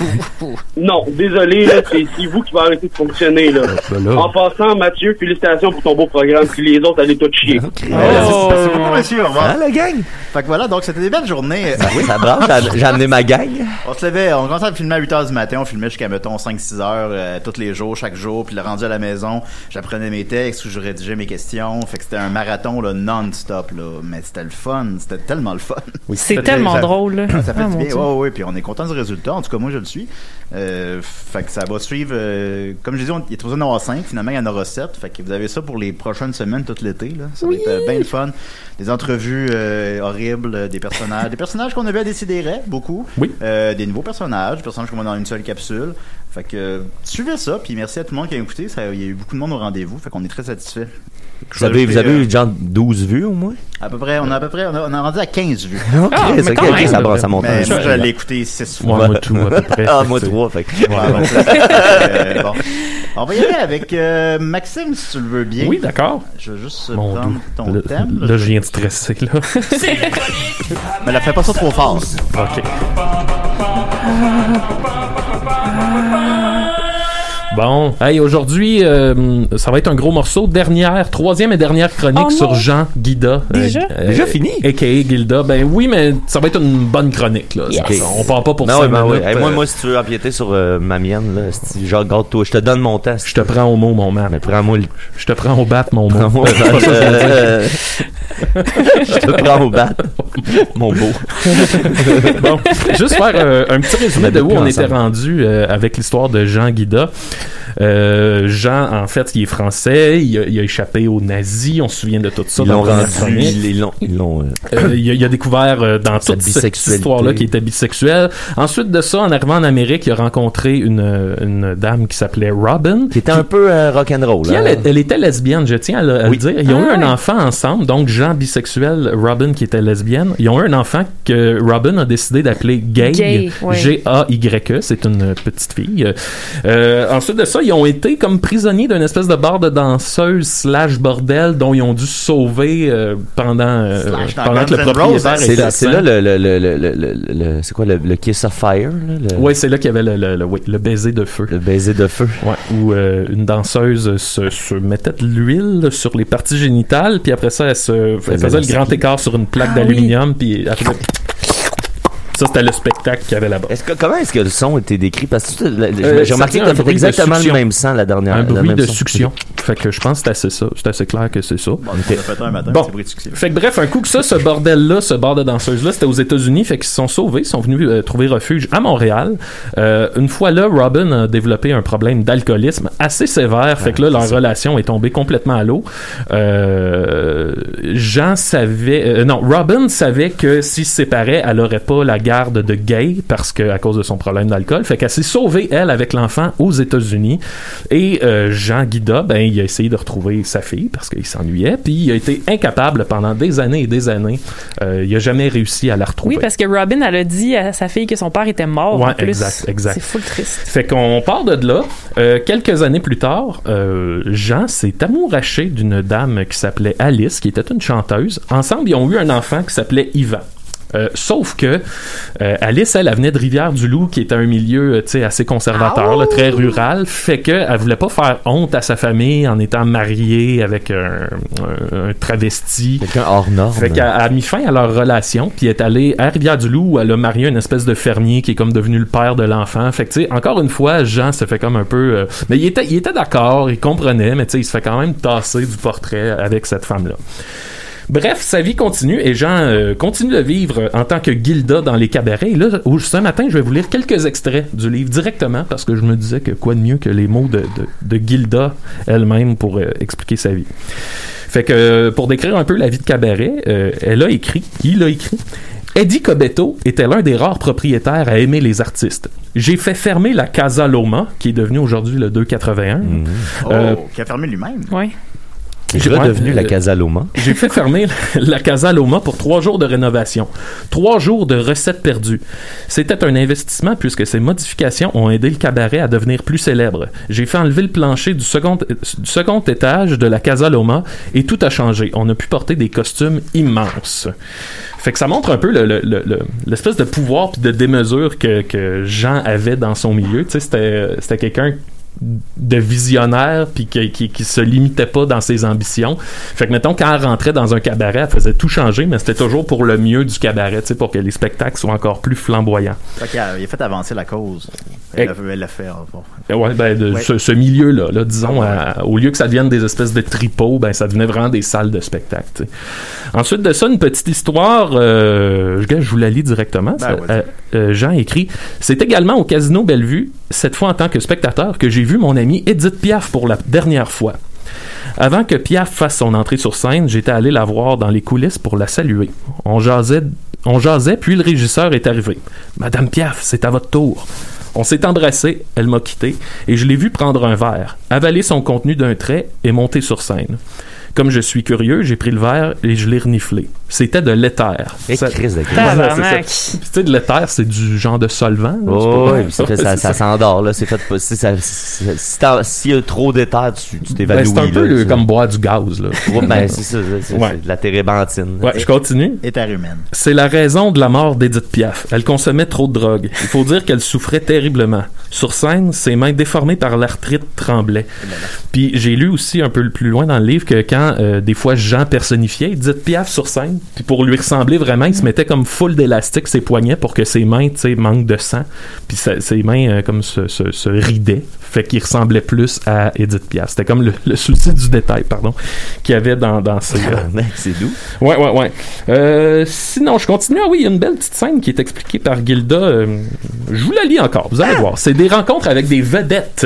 Speaker 13: Non, désolé, là, c'est, c'est vous qui va arrêter de fonctionner, là. là. En passant, Mathieu, félicitations pour ton beau programme, puis les autres, allez tout chier.
Speaker 5: Okay. Oh, merci beaucoup, monsieur, au revoir.
Speaker 7: Hein, la gang?
Speaker 5: Fait que voilà, donc c'était des belles journées.
Speaker 7: Ben oui, ça brasse, j'ai, j'ai amené ma gang.
Speaker 5: On se levait, on commençait à filmer à huit heures du matin, on filmait jusqu'à, mettons, cinq six heures, euh, tous les jours, chaque jour, puis le rendu à la maison, j'apprenais mes textes, ou je rédigeais mes questions, fait que c'était un marathon, là, non-stop, là, mais c'était le fun, c'était tellement le fun.
Speaker 6: Oui, c'est tellement drôle, là.
Speaker 5: Ça fait
Speaker 6: oh,
Speaker 5: du bien, ouais, ouais, puis on est content du résultat, en tout cas, moi, je le suis. Euh, fait que ça va suivre, euh, comme je disais, il est supposé en avoir cinq, finalement, il y en aura sept, fait que vous avez ça pour les prochaines semaines, tout l'été, là. Ça
Speaker 6: oui.
Speaker 5: va être bien le fun. Des entrevues euh, horribles, des personnages, des personnages qu'on avait à décider, beaucoup.
Speaker 8: Oui.
Speaker 5: Euh, des nouveaux personnages, des personnages qu'on va dans une seule capsule. Fait que euh, suivez ça, puis merci à tout le monde qui a écouté. Ça, il y a eu beaucoup de monde au rendez-vous, fait qu'on est très satisfaits.
Speaker 7: Vous avez, vous avez eu genre douze vues au moins?
Speaker 5: À peu près, on a à peu près, on a, on a rendu à quinze vues.
Speaker 7: Ok, ah, c'est ok, okay, ça, ça monte.
Speaker 5: Mais moi, je l'ai écouté six fois.
Speaker 8: Ouais, moi, tout, à peu près.
Speaker 7: Ah, moi, trois, fait que.
Speaker 5: Ouais, donc, euh, bon. On va y aller avec euh, Maxime, si tu le veux bien.
Speaker 8: Oui, d'accord.
Speaker 5: Je vais juste
Speaker 8: Mon
Speaker 5: prendre
Speaker 8: doux.
Speaker 5: ton
Speaker 8: le,
Speaker 5: thème.
Speaker 8: Là, je viens de stresser, là.
Speaker 5: Mais la fais pas ça trop fort.
Speaker 8: Ok. Bon, hey, aujourd'hui, euh, ça va être un gros morceau. Dernière, troisième et dernière chronique
Speaker 6: oh
Speaker 8: sur Jean Guida.
Speaker 6: Déjà?
Speaker 8: Euh,
Speaker 7: Déjà fini?
Speaker 8: A K A Gilda. Ben oui, mais ça va être une bonne chronique, là.
Speaker 6: Yes.
Speaker 8: Ça, on part pas pour
Speaker 7: non,
Speaker 8: cinq
Speaker 7: ben
Speaker 8: minutes.
Speaker 7: Oui. Hey, moi, moi, si tu veux empiéter sur euh, ma mienne, là, si, genre, garde-toi, je te donne mon temps.
Speaker 8: Je te prends au mot, mon man.
Speaker 7: Mais prends-moi le...
Speaker 8: Je te prends au bat, mon mot.
Speaker 7: Prends-moi au bat. Euh, je te prends au bat, mon beau.
Speaker 8: Bon, juste faire euh, un petit résumé de où on était rendu euh, avec l'histoire de Jean Guida. Euh, Jean, en fait, il est français, il a, il a échappé aux nazis, on se souvient de tout ça.
Speaker 7: Ils l'ont rendu, ils l'ont, ils l'ont euh,
Speaker 8: euh, il, a, il a découvert euh, dans toute cette histoire-là qu'il était bisexuel. Ensuite de ça, en arrivant en Amérique, il a rencontré une, une dame qui s'appelait Robin.
Speaker 7: Qui était qui, un peu euh, rock'n'roll.
Speaker 8: Qui,
Speaker 7: hein?
Speaker 8: elle, elle était lesbienne, je tiens à le, à
Speaker 7: oui.
Speaker 8: le dire. Ils ont
Speaker 6: ah,
Speaker 8: eu un
Speaker 6: ouais.
Speaker 8: enfant ensemble, donc Jean bisexuel, Robin qui était lesbienne. Ils ont eu un enfant que Robin a décidé d'appeler Gay,
Speaker 6: Gay ouais.
Speaker 8: G A Y E, c'est une petite fille. Euh, ensuite de ça, ils ont été comme prisonniers d'une espèce de bar de danseuse slash bordel dont ils ont dû se sauver euh, pendant, euh, pendant que le propriétaire
Speaker 7: c'est
Speaker 8: était
Speaker 7: là, c'est là le, le, le, le, le, le, le c'est quoi le, le Kiss of Fire là, le...
Speaker 8: Oui, c'est là qu'il y avait le, le, le, oui, le baiser de feu.
Speaker 7: Le baiser de feu.
Speaker 8: Ouais, où euh, une danseuse se, se mettait de l'huile sur les parties génitales, puis après ça, elle, se, elle faisait le grand écart sur une plaque ah, d'aluminium, oui. Puis elle faisait... Ça, c'était le spectacle qu'il y avait là-bas.
Speaker 7: Est-ce que, comment est-ce que le son était décrit? Parce que euh, j'ai remarqué que tu as fait exactement le même son la dernière.
Speaker 8: Un bruit
Speaker 7: la même
Speaker 8: de
Speaker 7: son.
Speaker 8: succion. Fait que je pense que c'est assez ça. C'est assez clair que c'est ça.
Speaker 5: Bon, on a fait un matin,
Speaker 8: bon.
Speaker 5: c'est prédictif.
Speaker 8: Fait que bref, un coup que ça, ce bordel-là, ce bar de danseuses-là, c'était aux États-Unis. Fait qu'ils se sont sauvés, ils sont venus euh, trouver refuge à Montréal. Euh, une fois là, Robin a développé un problème d'alcoolisme assez sévère. Fait que là, leur relation est tombée complètement à l'eau. Euh, Jean savait... Euh, non, Robin savait que s'ils se séparaient, elle aurait pas la garde de Gay parce que à cause de son problème d'alcool. Fait qu'elle s'est sauvée, elle, avec l'enfant aux États-Unis. Et euh, Jean Guida, ben, il a essayé de retrouver sa fille parce qu'il s'ennuyait. Puis il a été incapable pendant des années et des années. Euh, il a jamais réussi à la retrouver.
Speaker 6: Oui, parce que Robin, elle a dit à sa fille que son père était mort.
Speaker 8: Ouais,
Speaker 6: en plus.
Speaker 8: exact, exact.
Speaker 6: C'est full triste.
Speaker 8: Fait qu'on part de là. Euh, quelques années plus tard, euh, Jean s'est amouraché d'une dame qui s'appelait Alice, qui était une chanteuse. Ensemble, ils ont eu un enfant qui s'appelait Yvan. Euh, sauf que euh, Alice, elle, elle venait de Rivière-du-Loup, qui était un milieu, tu sais, assez conservateur, là, très rural. Fait que elle voulait pas faire honte à sa famille en étant mariée avec un, un, un travesti.
Speaker 7: Quelqu'un hors norme.
Speaker 8: Fait qu'elle a mis fin à leur relation, puis est allée à Rivière-du-Loup où elle a marié une espèce de fermier qui est comme devenu le père de l'enfant. Fait que, tu sais, encore une fois, Jean se fait comme un peu... Euh, mais il était, il était d'accord, il comprenait, mais tu sais, il se fait quand même tasser du portrait avec cette femme-là. Bref, sa vie continue et Jean euh, continue de vivre en tant que Gilda dans les cabarets. Et là, ce matin, je vais vous lire quelques extraits du livre directement parce que je me disais que quoi de mieux que les mots de, de, de Gilda elle-même pour euh, expliquer sa vie. Fait que pour décrire un peu la vie de cabaret, euh, elle a écrit, il a écrit... Eddie Cobeto était l'un des rares propriétaires à aimer les artistes. J'ai fait fermer la Casa Loma, qui est devenue aujourd'hui le deux quatre-vingt-un.
Speaker 5: Mmh.
Speaker 8: Euh,
Speaker 5: oh, qui a fermé lui-même.
Speaker 6: Oui.
Speaker 7: C'est redevenu ouais, la Casa Loma.
Speaker 8: J'ai fait fermer la Casa Loma pour trois jours de rénovation. Trois jours de recettes perdues. C'était un investissement puisque ces modifications ont aidé le cabaret à devenir plus célèbre. J'ai fait enlever le plancher du second, du second étage de la Casa Loma et tout a changé. On a pu porter des costumes immenses. Fait que ça montre un peu le, le, le, le, l'espèce de pouvoir puis de démesure que, que Jean avait dans son milieu. Tu sais, c'était, c'était quelqu'un de visionnaire puis qui, qui, qui se limitait pas dans ses ambitions. Fait que mettons quand elle rentrait dans un cabaret, elle faisait tout changer, mais c'était toujours pour le mieux du cabaret, tu sais, pour que les spectacles soient encore plus flamboyants.
Speaker 5: Fait qu'il a, il a fait avancer la cause. Elle a, elle a fait. Bon.
Speaker 8: Ouais, ben de, ouais. Ce, ce milieu-là, là, disons, ouais. à, au lieu que ça devienne des espèces de tripots, ben ça devenait vraiment des salles de spectacle. T'sais. Ensuite de ça, une petite histoire. Euh, je, je vous la lis directement. Ben, ça, euh, euh, Jean écrit: c'est également au Casino Bellevue, cette fois en tant que spectateur, que j'ai vu mon amie Edith Piaf pour la dernière fois. Avant que Piaf fasse son entrée sur scène, j'étais allé la voir dans les coulisses pour la saluer. On jasait, on jasait, puis le régisseur est arrivé. « Madame Piaf, c'est à votre tour. » On s'est embrassé, elle m'a quitté, et je l'ai vu prendre un verre, avaler son contenu d'un trait et monter sur scène. Comme je suis curieux, j'ai pris le verre et je l'ai reniflé. C'était de l'éther.
Speaker 7: Et ça, crise de crise.
Speaker 8: Tu sais, de l'éther, c'est du genre de solvant. Là,
Speaker 7: oh, oui, ça, ça, ça, ça s'endort. Là. C'est fait, c'est, ça, c'est, si s'il y a trop d'éther, tu, tu t'évanouis.
Speaker 8: Ben, c'est un peu
Speaker 7: là,
Speaker 8: le, comme boire du gaz. Là.
Speaker 7: Ouais, ben, c'est ça. C'est,
Speaker 8: ouais.
Speaker 7: c'est de la térébenthine.
Speaker 8: Ouais, je continue.
Speaker 5: Éther humaine.
Speaker 8: C'est la raison de la mort d'Edith Piaf. Elle consommait trop de drogue. Il faut dire qu'elle souffrait terriblement. Sur scène, ses mains déformées par l'arthrite tremblaient. Puis j'ai lu aussi un peu plus loin dans le livre que quand euh, des fois Jean personnifiait Edith Piaf sur scène, puis pour lui ressembler vraiment, il se mettait comme full d'élastique ses poignets pour que ses mains, tu sais, manquent de sang, puis sa, ses mains euh, comme se, se, se ridaient, fait qu'il ressemblait plus à Edith Piaf. C'était comme le, le souci du détail, pardon, qu'il y avait dans, dans ces... Euh...
Speaker 7: c'est doux.
Speaker 8: Ouais, ouais, ouais. Euh, sinon, je continue. Ah oui, il y a une belle petite scène qui est expliquée par Gilda. Euh, je vous la lis encore, vous allez ah! voir. C'est des rencontres avec des vedettes.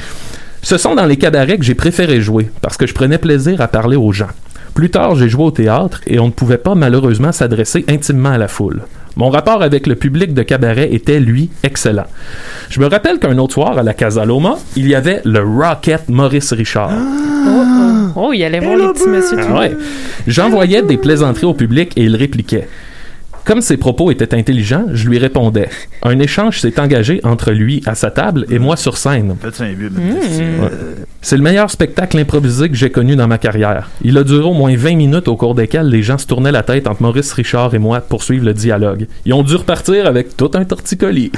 Speaker 8: Ce sont dans les cabarets que j'ai préféré jouer, parce que je prenais plaisir à parler aux gens. Plus tard, j'ai joué au théâtre et on ne pouvait pas malheureusement s'adresser intimement à la foule. Mon rapport avec le public de cabaret était, lui, excellent. Je me rappelle qu'un autre soir, à la Casa Loma, il y avait le Rocket Maurice Richard.
Speaker 6: Oh, oh. oh il allait voir les petits messieurs.
Speaker 8: Ah, ouais. J'envoyais des plaisanteries au public et il répliquait. Comme ses propos étaient intelligents, je lui répondais. Un échange s'est engagé entre lui à sa table et moi sur scène.
Speaker 5: C'est un vieux
Speaker 8: mmh. ouais. C'est le meilleur spectacle improvisé que j'ai connu dans ma carrière. Il a duré au moins vingt minutes au cours desquelles les gens se tournaient la tête entre Maurice Richard et moi pour suivre le dialogue. Ils ont dû repartir avec tout un torticolis.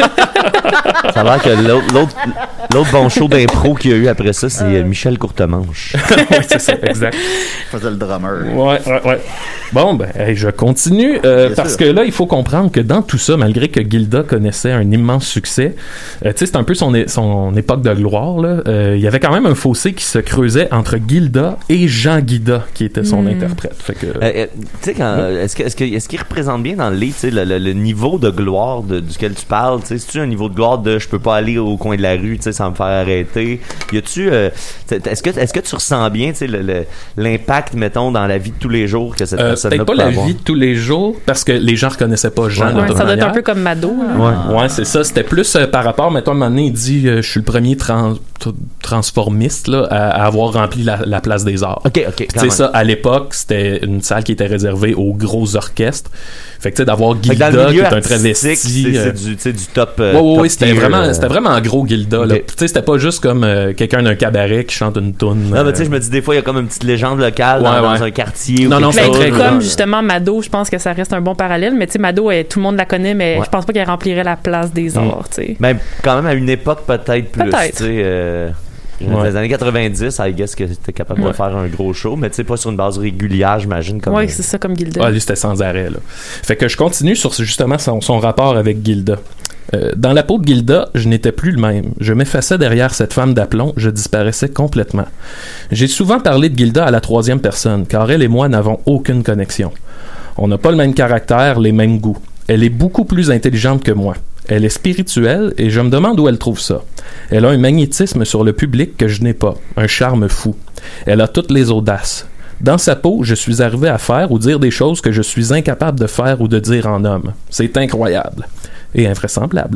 Speaker 7: Ça a l'air que l'autre, l'autre, l'autre bon show d'impro qu'il y a eu après ça, c'est euh... Michel Courtemanche.
Speaker 8: Oui, c'est ça, exact.
Speaker 5: Il faisait le drummer.
Speaker 8: Ouais, ouais, ouais. Bon, ben, hey, je continue. Euh, parce
Speaker 5: sûr.
Speaker 8: que là, il faut comprendre que dans tout ça, malgré que Gilda connaissait un immense succès, euh, tu sais, c'est un peu son, é- son époque de gloire, là. Euh, il y avait quand même un fossé qui se creusait entre Gilda et Jean Guida, qui était son
Speaker 7: Mm.
Speaker 8: interprète. Fait que...
Speaker 7: Euh, euh, tu sais, quand, euh, est-ce que, est-ce que, est-ce qu'il représente bien dans le livre, tu sais, le, le, le niveau de gloire de, duquel tu parles, tu sais, c'est-tu un niveau de gloire de je peux pas aller au coin de la rue, tu sais, sans me faire arrêter? Y a-tu, euh, est-ce que, est-ce que tu ressens bien, tu sais, le, le, l'impact, mettons, dans la vie de tous les jours que cette
Speaker 8: Euh,
Speaker 7: personne-là
Speaker 8: peut-être pas
Speaker 7: peut
Speaker 8: la
Speaker 7: avoir?
Speaker 8: vie de tous les jours, parce que les gens reconnaissaient pas Jean.
Speaker 6: Ouais,
Speaker 8: de toute
Speaker 6: ça doit être
Speaker 8: manière.
Speaker 6: un peu comme Mado. hein.
Speaker 8: Ouais, ouais, c'est ça. C'était plus euh, par rapport, mettons, à un moment donné, il dit euh, je suis le premier trans- t- transformiste là, à, à avoir rempli la, la place des arts.
Speaker 7: Ok, ok.
Speaker 8: Tu
Speaker 7: quand
Speaker 8: sais,
Speaker 7: même.
Speaker 8: ça, à l'époque, c'était une salle qui était réservée aux gros orchestres. Fait que, tu sais, d'avoir
Speaker 7: Fait que dans le
Speaker 8: Gilda, qui
Speaker 7: milieu
Speaker 8: est un
Speaker 7: artistique,
Speaker 8: travesti.
Speaker 7: c'est,
Speaker 8: euh,
Speaker 7: c'est du, tu sais, du top. Euh,
Speaker 8: Ouais, ouais,
Speaker 7: top
Speaker 8: ouais, c'était
Speaker 7: tier,
Speaker 8: vraiment,
Speaker 7: euh,
Speaker 8: c'était vraiment un gros Gilda, là.
Speaker 7: ok.
Speaker 8: Tu sais, c'était pas juste comme euh, quelqu'un d'un cabaret qui chante une toune.
Speaker 7: Non, mais tu sais,
Speaker 8: euh,
Speaker 7: je me dis, des fois, il y a comme une petite légende locale dans,
Speaker 8: Ouais,
Speaker 6: Ah,
Speaker 7: dans
Speaker 8: ouais.
Speaker 7: un quartier.
Speaker 8: Non,
Speaker 7: ou
Speaker 8: non,
Speaker 7: quelque
Speaker 8: c'est
Speaker 7: chose,
Speaker 8: très
Speaker 7: là.
Speaker 6: Comme justement Mado, je pense que ça reste un bon parallèle, mais tu sais, Mado, elle, tout le monde la connaît, mais
Speaker 7: Ouais.
Speaker 6: je pense pas qu'elle remplirait la place des arts, tu sais.
Speaker 7: Ben, quand même, à une époque, peut-être plus.
Speaker 6: Peut-être.
Speaker 7: Tu sais, euh, dans
Speaker 8: Ouais.
Speaker 7: les années quatre-vingt-dix, I guess que t'es capable de
Speaker 8: Ouais.
Speaker 7: faire un gros show, mais tu sais, pas sur une base régulière, j'imagine. Comme
Speaker 6: Ouais,
Speaker 7: euh,
Speaker 6: c'est ça, comme Gilda.
Speaker 8: Ah, lui, c'était sans arrêt, là. Fait que je continue sur justement son, son rapport avec Gilda. Euh, dans la peau de Gilda, je n'étais plus le même. Je m'effaçais derrière cette femme d'aplomb, je disparaissais complètement. J'ai souvent parlé de Gilda à la troisième personne, car elle et moi n'avons aucune connexion. On n'a pas le même caractère, les mêmes goûts. Elle est beaucoup plus intelligente que moi. Elle est spirituelle et je me demande où elle trouve ça. Elle a un magnétisme sur le public que je n'ai pas, un charme fou. Elle a toutes les audaces. Dans sa peau, je suis arrivé à faire ou dire des choses que je suis incapable de faire ou de dire en homme. C'est incroyable. Et invraisemblable.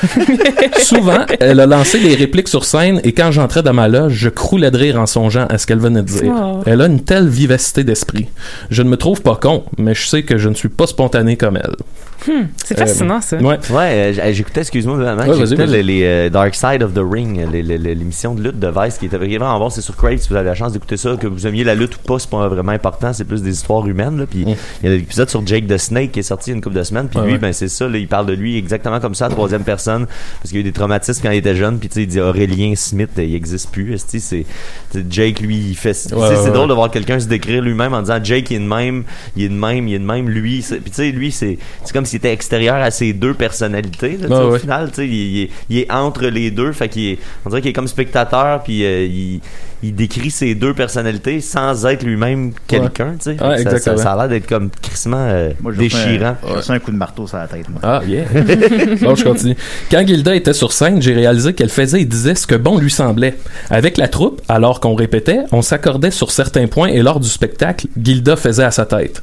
Speaker 8: Souvent, elle a lancé des répliques sur scène et quand j'entrais dans ma loge, je croulais de rire en songeant à ce qu'elle venait de dire.
Speaker 6: Oh.
Speaker 8: Elle a une telle vivacité d'esprit. Je ne me trouve pas con, mais je sais que je ne suis pas spontané comme elle.
Speaker 6: Hmm, c'est
Speaker 8: Euh,
Speaker 6: fascinant, ça.
Speaker 8: Ouais.
Speaker 7: Ouais, euh, j'- j'écoutais, excuse-moi, maman,
Speaker 8: Ouais,
Speaker 7: j'écoutais
Speaker 8: vas-y, vas-y.
Speaker 7: les, les, euh, Dark Side of the Ring, les- les- les- l'émission de lutte de Vice qui était vraiment bon. C'est sur Crave, si vous avez la chance d'écouter ça, que vous aimiez la lutte ou pas, c'est pas vraiment important, c'est plus des histoires humaines. Là. Puis il y a l'épisode sur Jake the Snake qui est sorti il y a une couple de semaines. Puis
Speaker 8: Ouais,
Speaker 7: lui,
Speaker 8: ouais.
Speaker 7: ben c'est ça, là, il parle de lui exactement comme ça, à troisième personne, parce qu'il y a eu des traumatismes quand il était jeune. Puis tu sais, il dit Aurélien Smith, il existe plus. esti, C'est, c'est Jake, lui, il fait. tu sais,
Speaker 8: Ouais,
Speaker 7: c'est
Speaker 8: ouais,
Speaker 7: drôle
Speaker 8: ouais.
Speaker 7: de voir quelqu'un se décrire lui-même en disant Jake, il est de même, il est de même, il est de même, lui. c'est- Puis tu sais, lui, c'est, c'est comme s'il était extérieur à ses deux personnalités. Là, tu sais,
Speaker 8: Ouais,
Speaker 7: au
Speaker 8: ouais.
Speaker 7: final, tu sais, il, il est, il est entre les deux, fait qu'il est, on dirait qu'il est comme spectateur, puis euh, il, il décrit ses deux personnalités sans être lui-même quelqu'un, tu sais. Fait que
Speaker 8: Ouais,
Speaker 7: ça, ça,
Speaker 8: exactement.
Speaker 7: ça a l'air d'être comme crissement euh,
Speaker 5: Moi, je reçois
Speaker 7: déchirant.
Speaker 5: un- je reçois un coup de marteau sur la tête, moi.
Speaker 8: Ah, yeah. Bon, je continue. Quand Gilda était sur scène, j'ai réalisé qu'elle faisait et disait ce que bon lui semblait. Avec la troupe, alors qu'on répétait, on s'accordait sur certains points et lors du spectacle, Gilda faisait à sa tête.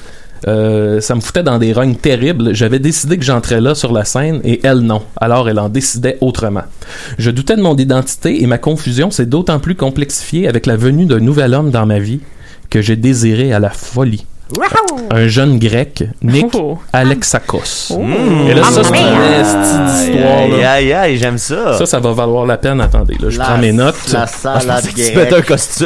Speaker 8: Euh, ça me foutait dans des rognes terribles. J'avais décidé que j'entrais là sur la scène et elle non. Alors elle en décidait autrement. Je doutais de mon identité et ma confusion s'est d'autant plus complexifiée avec la venue d'un nouvel homme dans ma vie que j'ai désiré à la folie. Un jeune grec, Nick
Speaker 6: Oh.
Speaker 8: Alexakos.
Speaker 7: Mmh.
Speaker 8: Et là, ça, c'est une
Speaker 7: Aïe,
Speaker 8: esti d'histoire.
Speaker 7: aïe,
Speaker 8: là.
Speaker 7: aïe, aïe, j'aime ça.
Speaker 8: Ça, ça va valoir la peine. Attendez, là, je
Speaker 5: La-
Speaker 8: prends mes notes.
Speaker 5: La
Speaker 7: Ah, je
Speaker 5: salade
Speaker 7: pensais que tu
Speaker 5: grecque.
Speaker 7: mettais un costume.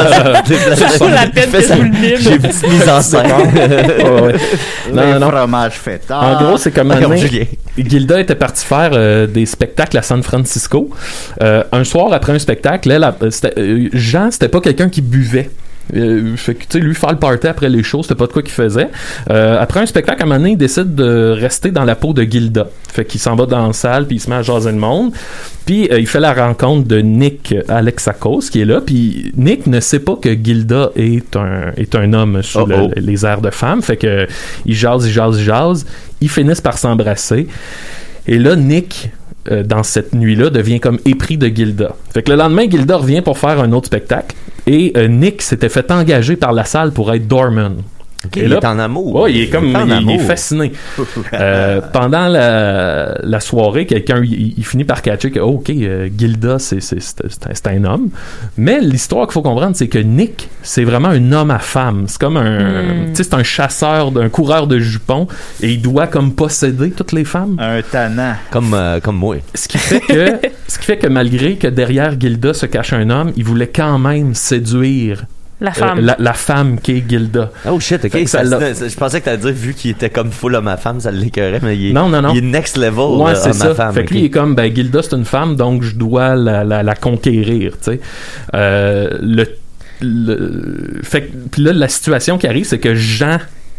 Speaker 6: C'est pas la peine que je vous le dise.
Speaker 7: J'ai une petite mise en scène.
Speaker 8: Ouais, ouais. Non,
Speaker 5: Le
Speaker 8: non.
Speaker 5: fromage feta.
Speaker 8: En gros, c'est comme un
Speaker 7: Voyons,
Speaker 8: année,
Speaker 7: Julien.
Speaker 8: Gilda était partie faire euh, des spectacles à San Francisco. Euh, un soir après un spectacle, elle, euh, c'était, euh, Jean, c'était pas quelqu'un qui buvait. Euh, fait que, tu sais, lui, faire le party après les shows, c'était pas de quoi qu'il faisait. Euh, après un spectacle, à un moment donné, il décide de rester dans la peau de Gilda. Fait qu'il s'en va dans la salle, puis il se met à jaser le monde. Puis euh, il fait la rencontre de Nick Alexakos, qui est là. Puis Nick ne sait pas que Gilda est un, est un homme sous
Speaker 7: Oh,
Speaker 8: le-
Speaker 7: oh.
Speaker 8: les airs de femme. Fait que il jase, il jase, il jase. Ils finissent par s'embrasser. Et là, Nick, euh, dans cette nuit-là, devient comme épris de Gilda. Fait que le lendemain, Gilda revient pour faire un autre spectacle. Et euh, Nick s'était fait engager par la salle pour être doorman.
Speaker 7: Ok,
Speaker 8: Et
Speaker 7: il
Speaker 8: là-
Speaker 7: est en amour.
Speaker 8: Ouais, il est comme,
Speaker 7: Il est en
Speaker 8: il, il est
Speaker 7: amour.
Speaker 8: fasciné. Euh, pendant la, la soirée, quelqu'un, il, il finit par catcher que, oh, ok, euh, Gilda, c'est, c'est, c'est, c'est un, c'est un homme. Mais l'histoire qu'il faut comprendre, c'est que Nick, c'est vraiment un homme à femme. C'est comme un,
Speaker 6: Mm.
Speaker 8: tu sais, c'est un chasseur, un coureur de jupons, et il doit comme posséder toutes les femmes.
Speaker 5: Un tannant.
Speaker 7: Comme, euh, comme moi.
Speaker 8: Ce qui fait que, ce qui fait que malgré que derrière Gilda se cache un homme, il voulait quand même séduire
Speaker 6: La
Speaker 8: euh,
Speaker 6: femme.
Speaker 8: la, la femme qui est Gilda.
Speaker 7: Oh shit, ok.
Speaker 8: Fait que
Speaker 7: Ça,
Speaker 8: ça l'a-
Speaker 7: ça- je pensais que t'allais dire, vu qu'il était comme full homme à femme, ça l'écœurait, mais il est,
Speaker 8: Non, non, non.
Speaker 7: il est next level
Speaker 8: Ouais,
Speaker 7: euh,
Speaker 8: c'est
Speaker 7: homme
Speaker 8: ça.
Speaker 7: à femme.
Speaker 8: Fait que
Speaker 7: ok.
Speaker 8: lui, il est comme, ben, Gilda, c'est une femme, donc je dois la, la, la conquérir, tu sais. Euh, le, le, fait que, puis là, la situation qui arrive, c'est que Jean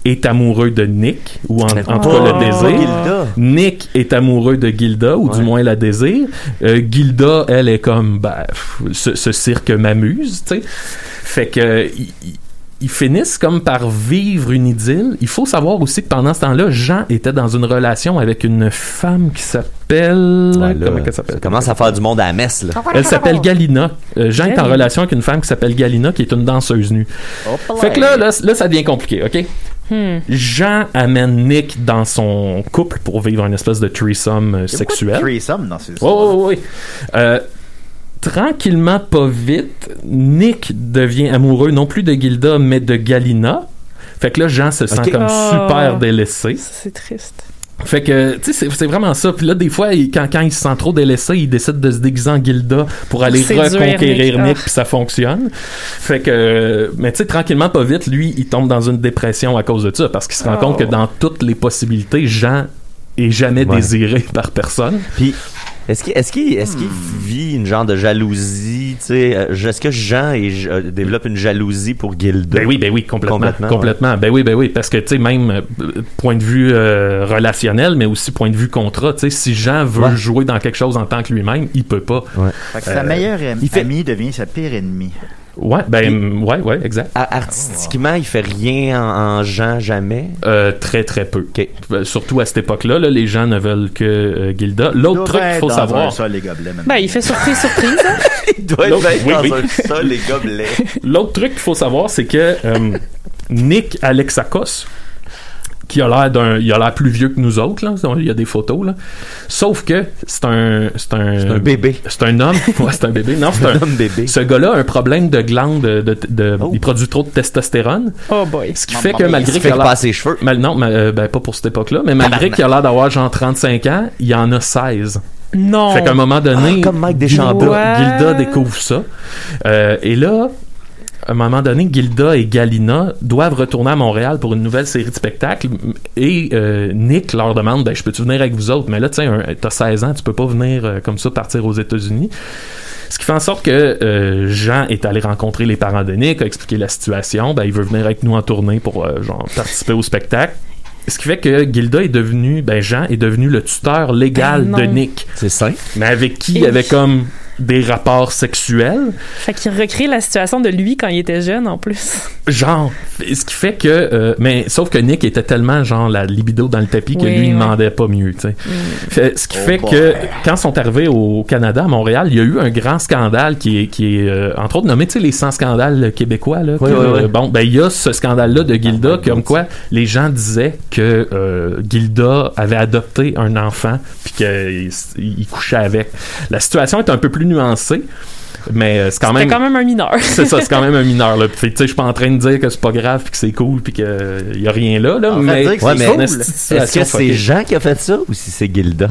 Speaker 8: est amoureux de Nick, ou en, en tout
Speaker 7: Oh,
Speaker 8: cas le désire.
Speaker 7: Gilda.
Speaker 8: Nick est amoureux de Gilda, ou du moins la désire. Euh, Gilda, elle est comme, ben, pff, ce, ce cirque m'amuse, tu sais. Fait que... il, il, ils finissent comme par vivre une idylle. Il faut savoir aussi que pendant ce temps-là, Jean était dans une relation avec une femme qui s'appelle...
Speaker 7: Ouais, là,
Speaker 8: Comment elle s'appelle?
Speaker 7: Ça commence à faire du monde à la messe, là.
Speaker 8: Elle s'appelle Galina. Euh, Jean est en
Speaker 7: Galina.
Speaker 8: relation avec une femme qui s'appelle Galina, qui est une danseuse nue. Fait que là, là, là, ça devient compliqué, OK?
Speaker 6: Hmm.
Speaker 8: Jean amène Nick dans son couple pour vivre une espèce de threesome euh, sexuel.
Speaker 5: Threesome dans ces
Speaker 8: Oui, oui, oui. Euh, tranquillement, pas vite, Nick devient amoureux non plus de Gilda, mais de Galina. Fait que là, Jean se sent
Speaker 6: Ok.
Speaker 8: comme
Speaker 6: Oh.
Speaker 8: super délaissé.
Speaker 6: C'est triste.
Speaker 8: Fait que, tu sais, c'est, c'est vraiment ça. Puis là, des fois, il- quand, quand il se sent trop délaissé, il décide de se déguiser en Gilda pour aller
Speaker 6: Séduire
Speaker 8: reconquérir
Speaker 6: Nick.
Speaker 8: Nick,
Speaker 6: Ah.
Speaker 8: puis ça fonctionne. Fait que, mais tu sais, tranquillement, pas vite, lui, il tombe dans une dépression à cause de ça, parce qu'il se rend
Speaker 7: Oh.
Speaker 8: compte que dans toutes les possibilités, Jean est jamais
Speaker 7: Ouais.
Speaker 8: désiré par personne.
Speaker 7: Puis, est-ce qu'il, est-ce qu'il, est-ce qu'il vit une genre de jalousie, tu sais, euh, est-ce que Jean est- euh, développe une jalousie pour Gilda?
Speaker 8: Ben oui, ben oui, complètement.
Speaker 7: Complètement,
Speaker 8: Complètement.
Speaker 7: ouais.
Speaker 8: Ben oui, ben oui. Parce que, tu sais, même euh, point de vue euh, relationnel, mais aussi point de vue contrat, tu sais, si Jean veut
Speaker 7: Ouais.
Speaker 8: jouer dans quelque chose en tant que lui-même, il peut pas.
Speaker 5: Fait que sa
Speaker 8: Euh,
Speaker 5: meilleure am-
Speaker 8: il fait-
Speaker 5: amie devient sa pire ennemie.
Speaker 8: Ouais, ben, ouais, ouais, exact.
Speaker 7: A- Artistiquement, il fait rien en, en Jean jamais.
Speaker 8: Euh, très, très peu. Euh, surtout à cette époque-là, là, les gens ne veulent que euh, Gilda. L'autre truc qu'il faut savoir.
Speaker 5: Ça, les gobelets,
Speaker 6: Ben, il fait surprise, surprise. Hein?
Speaker 7: Il doit
Speaker 8: L'autre-
Speaker 7: être
Speaker 8: oui,
Speaker 7: dans
Speaker 8: oui.
Speaker 7: un sol, les gobelets.
Speaker 8: L'autre truc qu'il faut savoir, c'est que euh, Nick Alexakos, qui a l'air d'un, il a l'air plus vieux que nous autres, là. Il y a des photos, là. Sauf que c'est un, c'est un,
Speaker 7: C'est un bébé.
Speaker 8: C'est un homme. Ouais, c'est un bébé. Non, c'est
Speaker 7: Un
Speaker 8: un
Speaker 7: homme bébé.
Speaker 8: Ce gars-là a un problème de glande, de, de, de- il produit trop de testostérone.
Speaker 6: Oh boy.
Speaker 8: Ce qui fait que malgré
Speaker 7: Il se
Speaker 8: qu'il
Speaker 7: fait
Speaker 8: a l'air-
Speaker 7: pas ses cheveux.
Speaker 8: Mal- non, mais, euh, ben, pas pour cette époque-là, mais malgré
Speaker 7: Tabarnak.
Speaker 8: qu'il a l'air d'avoir genre trente-cinq ans, il en a seize.
Speaker 6: Non.
Speaker 8: Fait qu'à un moment donné,
Speaker 7: Ah, comme Mike
Speaker 8: Gilda,
Speaker 7: Deschambault.
Speaker 8: Gilda découvre ça. Euh, et là, à un moment donné, Gilda et Galina doivent retourner à Montréal pour une nouvelle série de spectacles. Et euh, Nick leur demande, ben, je peux-tu venir avec vous autres? Mais là, tu sais, t'as seize ans, tu peux pas venir euh, comme ça partir aux États-Unis. Ce qui fait en sorte que euh, Jean est allé rencontrer les parents de Nick, a expliqué la situation. Ben, il veut venir avec nous en tournée pour euh, genre, participer au spectacle. Ce qui fait que Gilda est devenu, ben Jean est devenu le tuteur légal
Speaker 6: Ben non.
Speaker 8: de Nick.
Speaker 7: C'est ça.
Speaker 8: Mais avec qui il avait comme des rapports sexuels.
Speaker 6: Fait qu'il recrée la situation de lui quand il était jeune, en plus.
Speaker 8: Genre, ce qui fait que... euh, mais sauf que Nick était tellement, genre, la libido dans le tapis que
Speaker 6: Oui,
Speaker 8: lui, il
Speaker 6: oui.
Speaker 8: demandait pas mieux, tu sais. Fait- Ce qui
Speaker 5: Oh
Speaker 8: fait
Speaker 5: boy.
Speaker 8: que, quand ils sont arrivés au Canada, à Montréal, il y a eu un grand scandale qui est, qui est euh, entre autres, nommé, tu sais, les cent scandales québécois, là.
Speaker 7: Oui,
Speaker 8: que,
Speaker 7: oui, oui.
Speaker 8: euh, Bon, ben, il y a ce scandale-là de Gilda, comme quoi les gens disaient que euh, Gilda avait adopté un enfant, puis qu'il il couchait avec. La situation est un peu plus nuancée. Mais euh, c'est quand
Speaker 6: C'était
Speaker 8: même
Speaker 6: quand même un mineur.
Speaker 8: c'est ça, c'est quand même un mineur là. Puis tu sais, je suis pas en train de dire que c'est pas grave puis que c'est cool puis que euh, y a rien là là,
Speaker 5: En fait,
Speaker 8: mais
Speaker 5: dire que
Speaker 7: Ouais,
Speaker 5: c'est
Speaker 7: mais
Speaker 5: cool.
Speaker 8: c'est une
Speaker 7: Est-ce que
Speaker 8: situation
Speaker 7: c'est
Speaker 8: fuckée.
Speaker 7: Jean qui a fait ça ou si c'est Gilda?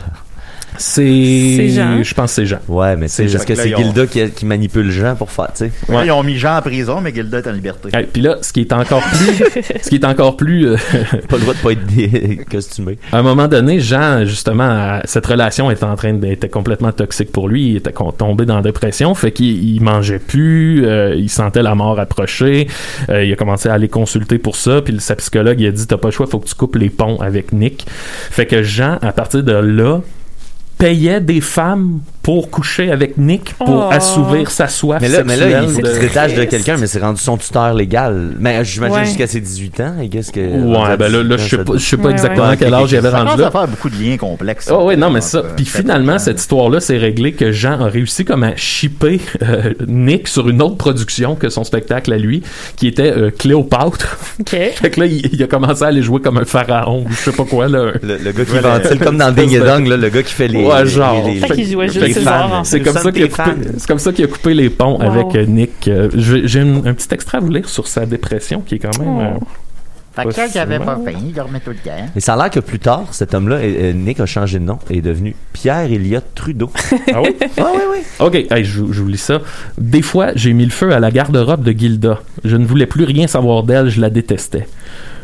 Speaker 8: C'est
Speaker 6: C'est Jean.
Speaker 8: je pense que c'est Jean.
Speaker 7: Ouais, mais c'est
Speaker 8: C'est
Speaker 7: juste que
Speaker 5: Jean.
Speaker 7: c'est
Speaker 5: Là, ils ont-
Speaker 7: Gilda qui, qui manipule Jean pour faire, tu sais.
Speaker 5: Là, ils ont mis Jean en prison, mais Gilda est en liberté.
Speaker 8: Et puis là, ce qui est encore plus ce qui est encore plus euh,
Speaker 7: Pas le droit de pas être dé- costumé.
Speaker 8: à un moment donné, Jean, justement, à- cette relation était en train de, était complètement toxique pour lui. Il était con- tombé dans la dépression, fait qu'il il mangeait plus, euh, il sentait la mort approcher. Euh, il a commencé à aller consulter pour ça. Puis sa psychologue, il a dit, t'as pas le choix, faut que tu coupes les ponts avec Nick. Fait que Jean, à partir de là, payait des femmes pour coucher avec Nick pour
Speaker 6: Oh.
Speaker 8: assouvir sa soif
Speaker 7: Mais là, mais
Speaker 8: sexuelle.
Speaker 7: là il faut
Speaker 8: de-
Speaker 7: qu'il se détache de
Speaker 6: triste.
Speaker 7: quelqu'un, mais c'est rendu son tuteur légal. Mais euh, j'imagine
Speaker 6: Ouais.
Speaker 7: jusqu'à ses dix-huit ans, et qu'est-ce que.
Speaker 8: Ouais, ben là, là je sais pas, je sais pas
Speaker 6: Ouais,
Speaker 8: exactement
Speaker 7: ouais.
Speaker 8: quel âge il avait
Speaker 5: Ça
Speaker 8: rendu
Speaker 5: commence
Speaker 8: là.
Speaker 5: à faire beaucoup de liens complexes.
Speaker 8: Oh oui, non, mais ça.
Speaker 5: Euh,
Speaker 8: Puis
Speaker 5: fait
Speaker 8: finalement,
Speaker 5: longtemps.
Speaker 8: cette histoire-là s'est réglée que Jean a réussi comme à shipper euh, Nick sur une autre production que son spectacle à lui, qui était euh, Cléopâtre.
Speaker 6: OK.
Speaker 8: Fait que là, il, il a commencé à aller jouer comme un pharaon ou je sais pas quoi, là.
Speaker 7: Le, le gars qui
Speaker 5: Ouais,
Speaker 7: ventile, comme dans Ding et Dong, là, le gars qui fait les.
Speaker 8: Ouais,
Speaker 7: les-
Speaker 8: genre.
Speaker 7: les-
Speaker 6: Fait qu'il jouait
Speaker 7: les
Speaker 6: juste
Speaker 7: fans.
Speaker 6: César en
Speaker 8: C'est
Speaker 7: Nous
Speaker 8: comme,
Speaker 7: sommes
Speaker 8: ça qu'il a
Speaker 7: des
Speaker 8: coupé,
Speaker 7: fans.
Speaker 8: c'est comme ça qu'il a coupé les ponts
Speaker 6: Wow.
Speaker 8: avec euh, Nick. Euh, je- J'ai une- un petit extrait à vous lire sur sa dépression qui est quand même... euh,
Speaker 5: Fait que quand il avait pas
Speaker 8: Possiblement.
Speaker 5: faim, il dormait tout le temps.
Speaker 7: Et ça a l'air que plus tard, cet homme-là, euh, Nick a changé de nom et est devenu Pierre Elliott Trudeau.
Speaker 8: Ah oui?
Speaker 7: Ah oui, oui.
Speaker 8: OK, hey, je, je vous lis ça. Des fois, j'ai mis le feu à la garde-robe de Gilda. Je ne voulais plus rien savoir d'elle, je la détestais.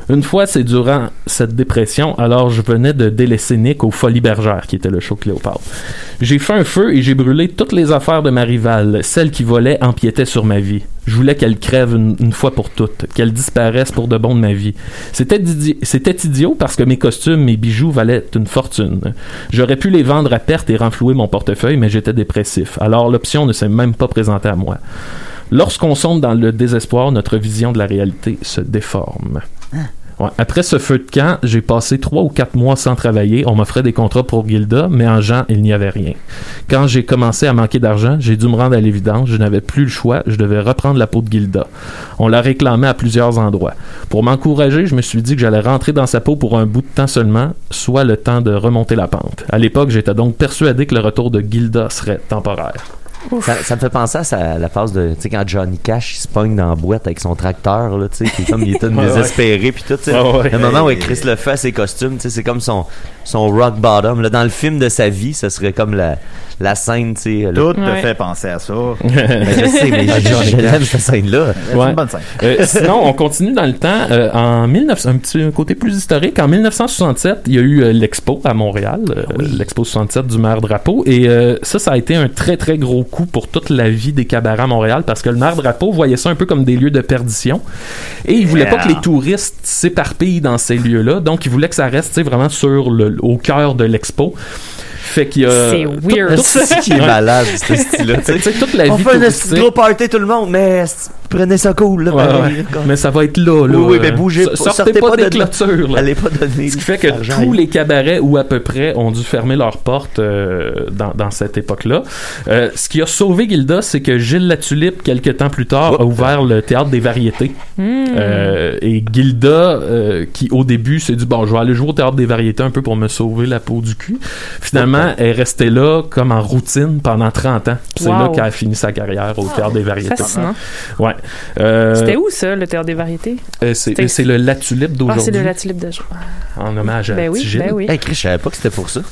Speaker 8: Une fois, c'est durant cette dépression, alors je venais de délaisser Nick au Folies Bergères, qui était le show Cléopâtre. J'ai fait un feu et j'ai brûlé toutes les affaires de ma rivale. Celle qui volait empiétait sur ma vie. Je voulais qu'elle crève une, une fois pour toutes, qu'elle disparaisse pour de bon de ma vie. C'était, didi- c'était idiot parce que mes costumes, mes bijoux valaient une fortune. J'aurais pu les vendre à perte et renflouer mon portefeuille, mais j'étais dépressif. Alors l'option ne s'est même pas présentée à moi. Lorsqu'on sombre dans le désespoir, notre vision de la réalité se déforme. Ouais. Après ce feu de camp, j'ai passé trois ou quatre mois sans travailler. On m'offrait des contrats pour Gilda, mais en Jean, il n'y avait rien. Quand j'ai commencé à manquer d'argent, j'ai dû me rendre à l'évidence. Je n'avais plus le choix. Je devais reprendre la peau de Gilda. On la réclamait à plusieurs endroits. Pour m'encourager, je me suis dit que j'allais rentrer dans sa peau pour un bout de temps seulement, soit le temps de remonter la pente. À l'époque, j'étais donc persuadé que le retour de Gilda serait temporaire.
Speaker 7: Ça, ça me fait penser à, ça, à la phase de, tu sais, quand Johnny Cash il se pogne dans la boîte avec son tracteur, là, tu sais, qui est comme il était
Speaker 8: Ouais,
Speaker 7: désespéré, puis tout, tu sais.
Speaker 8: Ouais, ouais.
Speaker 7: Le moment où il crisse le feu à ses costumes, tu sais, c'est comme son, son rock bottom. Là, dans le film de sa vie, ça serait comme la, la scène, tu sais.
Speaker 5: Tout te
Speaker 7: ouais.
Speaker 5: fait penser à ça.
Speaker 7: Ben, je sais, mais je, je l'aime cette scène-là.
Speaker 5: C'est
Speaker 8: Ouais.
Speaker 5: une bonne scène.
Speaker 8: Euh, sinon, on continue dans le temps. Euh, en mille neuf cents, un petit côté plus historique, en dix-neuf cent soixante-sept, il y a eu euh, l'Expo à Montréal, euh, oui. l'Expo soixante-sept du maire Drapeau, et euh, ça, ça a été un très, très gros coup pour toute la vie des cabarets à Montréal, parce que le maire Drapeau voyait ça un peu comme des lieux de perdition, et il voulait yeah. pas que les touristes s'éparpillent dans ces lieux-là, donc il voulait que ça reste, tu sais, vraiment sur le, au cœur de l'Expo. Fait qu'il y a...
Speaker 2: C'est weird.
Speaker 7: C'est qui est malade, ce style-là. Tu sais,
Speaker 8: toute la
Speaker 7: on
Speaker 8: vie
Speaker 7: fait
Speaker 8: touristique.
Speaker 7: un gros party tout le monde, mais prenez ça cool, là.
Speaker 8: Ouais,
Speaker 7: pareil,
Speaker 8: ouais. Mais ça va être là, là.
Speaker 7: Oui, oui, mais bougez pas.
Speaker 8: Sortez
Speaker 7: sortez
Speaker 8: pas,
Speaker 7: pas
Speaker 8: des
Speaker 7: de
Speaker 8: clôtures, là.
Speaker 7: Allez pas donner.
Speaker 8: Ce qui fait que tous les cabarets, ou à peu près, ont dû fermer leurs portes euh, dans, dans cette époque-là. Euh, ce qui a sauvé Gilda, c'est que Gilles Latulippe, quelques temps plus tard, a ouvert le Théâtre des Variétés.
Speaker 2: Mm.
Speaker 8: Euh, et Gilda, euh, qui au début s'est dit, bon, je vais aller jouer au Théâtre des Variétés un peu pour me sauver la peau du cul. Finalement, elle est restée là comme en routine pendant trente ans. Puis c'est
Speaker 2: wow.
Speaker 8: là qu'elle a fini sa carrière au Théâtre des Variétés.
Speaker 2: Fascinant.
Speaker 8: Ouais. Euh,
Speaker 2: C'était où ça, le Théâtre des Variétés?
Speaker 8: Euh, c'est, c'est le La Tulipe d'aujourd'hui.
Speaker 2: Ah, c'est le La Tulipe d'aujourd'hui.
Speaker 8: En hommage à
Speaker 2: ben oui,
Speaker 8: Petit Gilles.
Speaker 2: Ben oui.
Speaker 7: Hey, Chris, je savais pas que c'était pour ça.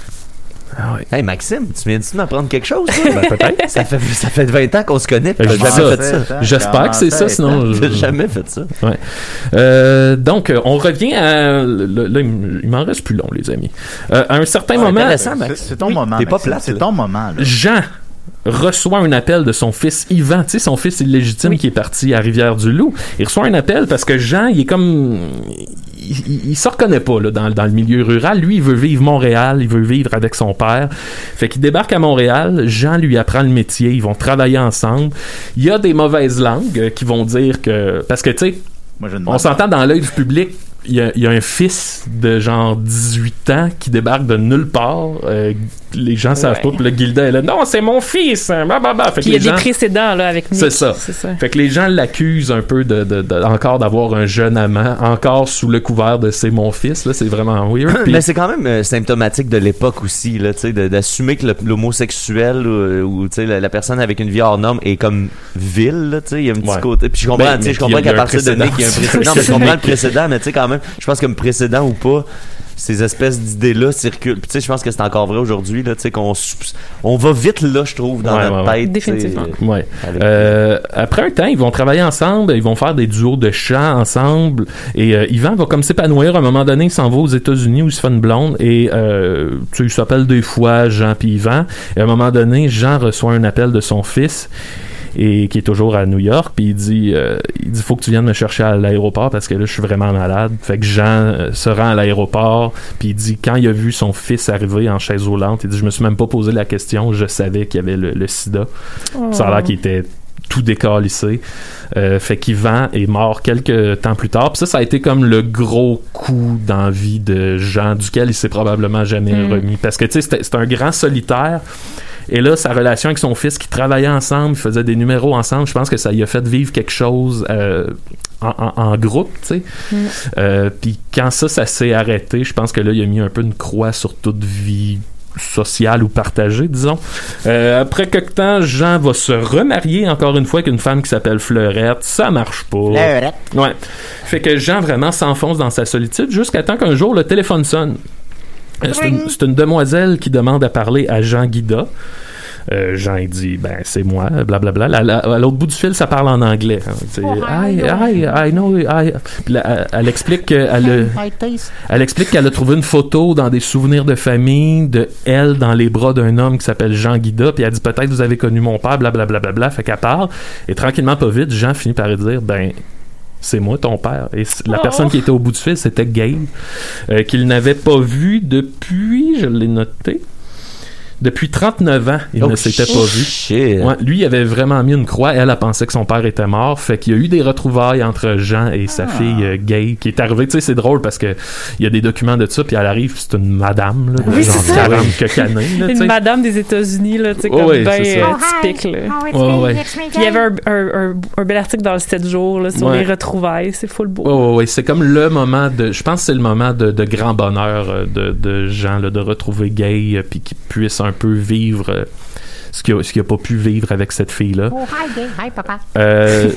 Speaker 8: Ah oui.
Speaker 7: Hey Maxime, tu viens de m'apprendre quelque chose?
Speaker 8: Ben, peut-être.
Speaker 7: ça, fait, ça fait vingt ans qu'on se connaît.
Speaker 8: Ben,
Speaker 7: T'as jamais
Speaker 8: ça.
Speaker 7: fait ça.
Speaker 8: J'espère que c'est ça, sinon.
Speaker 7: T'as jamais fait ça.
Speaker 8: Ouais. Euh, donc, on revient à. Là, là, il m'en reste plus long, les amis. Euh, à un certain
Speaker 7: ah,
Speaker 8: moment.
Speaker 7: Max.
Speaker 5: C'est, c'est ton
Speaker 8: oui,
Speaker 5: moment.
Speaker 8: T'es
Speaker 5: pas
Speaker 8: plate.
Speaker 5: C'est ton moment. Là.
Speaker 8: Jean reçoit un appel de son fils Yvan, tu sais, son fils illégitime oui. qui est parti à Rivière-du-Loup. Il reçoit un appel parce que Jean, il est comme... Il, il, il se reconnaît pas là, dans, dans le milieu rural. Lui, il veut vivre Montréal, il veut vivre avec son père. Fait qu'il débarque à Montréal, Jean lui apprend le métier, ils vont travailler ensemble. Il y a des mauvaises langues qui vont dire que... Parce que, tu sais, on s'entend dans l'œil du public, il y, a, il y a un fils de genre dix-huit ans qui débarque de nulle part. Euh, les gens savent ouais. pas. Puis le Gilda est là. Non, c'est mon fils. Bah, bah, bah. Fait
Speaker 2: puis il y a
Speaker 8: gens...
Speaker 2: des précédents là, avec Nick.
Speaker 8: C'est ça.
Speaker 2: c'est ça.
Speaker 8: Fait que les gens l'accusent un peu de, de, de, encore d'avoir un jeune amant, encore sous le couvert de c'est mon fils. Là, c'est vraiment weird. Puis...
Speaker 7: Mais c'est quand même euh, symptomatique de l'époque aussi, là, de, d'assumer que le, l'homosexuel ou, ou la, la personne avec une vie hors norme est comme vil. Il y a un petit ouais. côté. Puis je comprends, ben, je comprends qu'à partir de Nick, il y a un précédent. mais je comprends le précédent, mais tu sais, quand même, je pense que précédent ou pas, ces espèces d'idées-là circulent. Puis tu sais, je pense que c'est encore vrai aujourd'hui, là, tu sais, qu'on on va vite là, je trouve, dans
Speaker 8: ouais,
Speaker 7: notre
Speaker 8: ouais,
Speaker 7: tête.
Speaker 2: Définitivement.
Speaker 8: Ouais. Euh, après un temps, ils vont travailler ensemble, ils vont faire des duos de chant ensemble, et euh, Yvan va comme s'épanouir. À un moment donné, il s'en va aux États-Unis où il se fait une blonde, et euh, tu sais, il s'appelle des fois Jean puis Yvan. Et à un moment donné, Jean reçoit un appel de son fils, et qui est toujours à New York, puis il dit euh, il dit faut que tu viennes me chercher à l'aéroport parce que là je suis vraiment malade. Fait que Jean euh, se rend à l'aéroport, puis il dit quand il a vu son fils arriver en chaise roulante, il dit je me suis même pas posé la question, je savais qu'il y avait le, le sida. Oh. Ça a l'air qu'il était tout décalissé. Euh, fait qu'Yvan est mort quelques temps plus tard. Puis ça, ça a été comme le gros coup dans la vie de Jean, duquel il s'est probablement jamais mm. remis. Parce que tu sais, c'était, c'était un grand solitaire. Et là, sa relation avec son fils, qui travaillaient ensemble, ils faisaient des numéros ensemble, je pense que ça lui a fait vivre quelque chose euh, en, en, en groupe, tu sais. Mm. Euh, puis quand ça, ça s'est arrêté, je pense que là, il a mis un peu une croix sur toute vie sociale ou partagée, disons. Euh, après quelque temps, Jean va se remarier encore une fois avec une femme qui s'appelle Fleurette. Ça marche pas.
Speaker 5: Fleurette.
Speaker 8: Ouais. Fait que Jean vraiment s'enfonce dans sa solitude jusqu'à temps qu'un jour, le téléphone sonne. C'est une, c'est une demoiselle qui demande à parler à Jean Guida. Euh, Jean, il dit, ben, c'est moi, blablabla. Bla, bla. À l'autre bout du fil, ça parle en anglais. Hein. Oh, I, I, I know, I... Puis là, elle, elle explique qu'elle a, elle explique qu'elle a trouvé une photo dans des souvenirs de famille de elle dans les bras d'un homme qui s'appelle Jean Guida, puis elle dit, peut-être vous avez connu mon père, blablabla. Bla, bla, bla, fait qu'elle parle, et tranquillement, pas vite, Jean finit par dire, ben, c'est moi ton père. Et la oh. personne qui était au bout du fil, c'était Gabe, euh, qu'il n'avait pas vu depuis, je l'ai noté, depuis trente-neuf ans, il oh, ne s'était pas vu. Ouais, lui, il avait vraiment mis une croix. Elle a pensé que son père était mort. Fait qu'il y a eu des retrouvailles entre Jean et sa ah. fille euh, Gay qui est arrivée. Tu sais, c'est drôle parce que il y a des documents de ça. Puis elle arrive, c'est une madame, là,
Speaker 6: oui,
Speaker 8: genre quarante quelques années. Là,
Speaker 6: une madame des États-Unis, là, tu sais,
Speaker 8: oh,
Speaker 6: comme
Speaker 8: ouais,
Speaker 6: ben euh,
Speaker 8: oh,
Speaker 6: typique. Là.
Speaker 8: Oh, oh, ouais.
Speaker 6: Puis il y avait un, un, un, un bel article dans le sept jours là, sur ouais. les retrouvailles. C'est full beau.
Speaker 8: Oh, oh, ouais, c'est comme le moment de. Je pense que c'est le moment de, de grand bonheur de, de Jean, là, de retrouver Gay, euh, puis qu'il puisse un peu vivre. Euh, ce qu'il n'a pas pu vivre avec cette fille-là. Oh, hi, Gay. Hi, papa. Euh,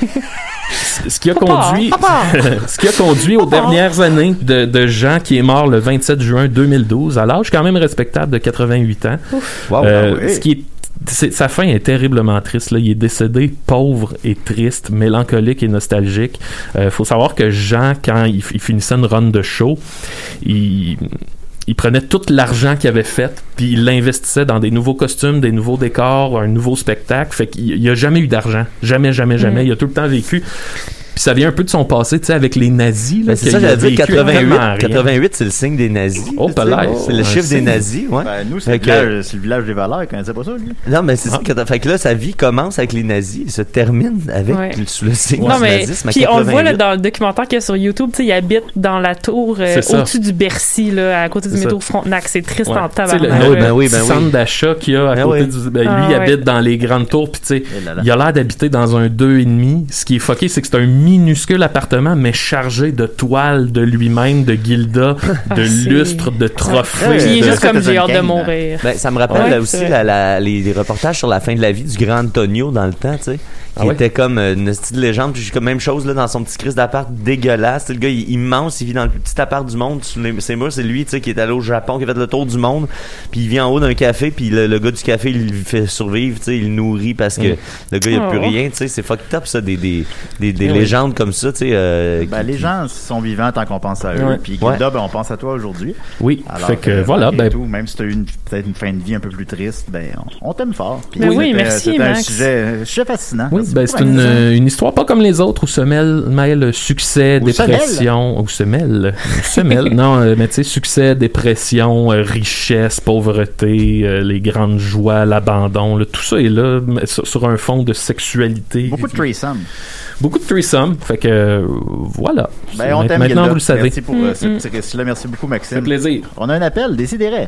Speaker 8: ce qui a papa, conduit, papa. ce qui a conduit aux dernières années de, de Jean qui est mort le vingt-sept juin deux mille douze, à l'âge quand même respectable de quatre-vingt-huit ans. Wow, euh, oui. Ce qui est C'est, sa fin est terriblement triste. Là. Il est décédé pauvre et triste, mélancolique et nostalgique. Il euh, faut savoir que Jean, quand il, il finissait une run de show, il... il prenait tout l'argent qu'il avait fait puis il l'investissait dans des nouveaux costumes, des nouveaux décors, un nouveau spectacle. Fait qu'il il a jamais eu d'argent. Jamais, jamais, jamais. Mm. Il a tout le temps vécu. Puis ça vient un peu de son passé, tu sais, avec les nazis. Là,
Speaker 7: ben c'est ça, j'allais dire quatre-vingt-huit. quatre-vingt-huit, c'est le signe des nazis.
Speaker 8: Oh, pas l'air.
Speaker 7: C'est le chiffre des nazis, ouais.
Speaker 5: Ben, nous, c'est le, village, c'est le village des valeurs, quand c'est pas ça, lui.
Speaker 7: Non, mais c'est ah. ça. Que, fait que là, sa vie commence avec les nazis, il se termine avec ouais. le, sous le signe
Speaker 6: non,
Speaker 7: du
Speaker 6: mais,
Speaker 7: nazisme.
Speaker 6: Puis on le voit là, dans le documentaire qu'il y a sur YouTube, tu sais, il habite dans la tour euh, au-dessus du Bercy, là, à côté du métro Frontenac. C'est triste ouais. en tabarnak.
Speaker 8: Le, le, ben oui, ben oui. centre d'achat qu'il y a à ben côté oui. du. Ben, ah, lui, il habite dans les grandes tours, puis tu sais, il a l'air d'habiter dans un deux et demi. Ce qui est fucké, c'est que c'est un minuscule appartement, mais chargé de toiles de lui-même, de Gilda, de ah, lustres, de trophées.
Speaker 6: Il est juste comme j'ai hâte de mourir.
Speaker 7: Ben, ça me rappelle ouais, là, aussi la, la, les, les reportages sur la fin de la vie du grand Antonio dans le temps, tu sais. Qui ah ouais? était comme une style légende, puis comme même chose là dans son petit crise d'appart dégueulasse. Le gars il est immense, il vit dans le plus petit appart du monde. Sous les, c'est moi, c'est lui, tu sais, qui est allé au Japon, qui a fait le tour du monde, puis il vit en haut d'un café, puis le, le gars du café il lui fait survivre, tu sais, il le nourrit parce que mm. le gars il a plus oh. rien, tu sais, c'est fucked up ça, des des des, des oui. légendes comme ça, tu sais. Euh,
Speaker 5: ben,
Speaker 7: qui,
Speaker 5: les gens sont vivants tant qu'on pense à eux, ouais. puis Gilda, ouais. ben on pense à toi aujourd'hui.
Speaker 8: Oui.
Speaker 5: Alors,
Speaker 8: fait que
Speaker 5: euh,
Speaker 8: voilà, ben
Speaker 5: tout, même si t'as eu une, peut-être une fin de vie un peu plus triste, ben on, on t'aime fort.
Speaker 6: Puis ben oui, merci
Speaker 5: c'était
Speaker 6: Max.
Speaker 5: un sujet, un sujet fascinant.
Speaker 8: Oui, ben c'est une une histoire pas comme les autres où se mêle, mêle succès, ou dépression, ou se mêle, se mêle, non, euh, mais tu sais, succès, dépression, euh, richesse, pauvreté, euh, les grandes joies, l'abandon, là, tout ça est là sur, sur un fond de sexualité.
Speaker 5: Beaucoup de threesome.
Speaker 8: Beaucoup de threesome, fait que euh, voilà.
Speaker 5: Ben, on t'aime,
Speaker 8: maintenant
Speaker 5: Gilda.
Speaker 8: Vous le savez.
Speaker 5: Merci pour euh, ce petit récit-là, merci beaucoup Maxime.
Speaker 8: Ça fait plaisir.
Speaker 5: On a un appel, décidérez.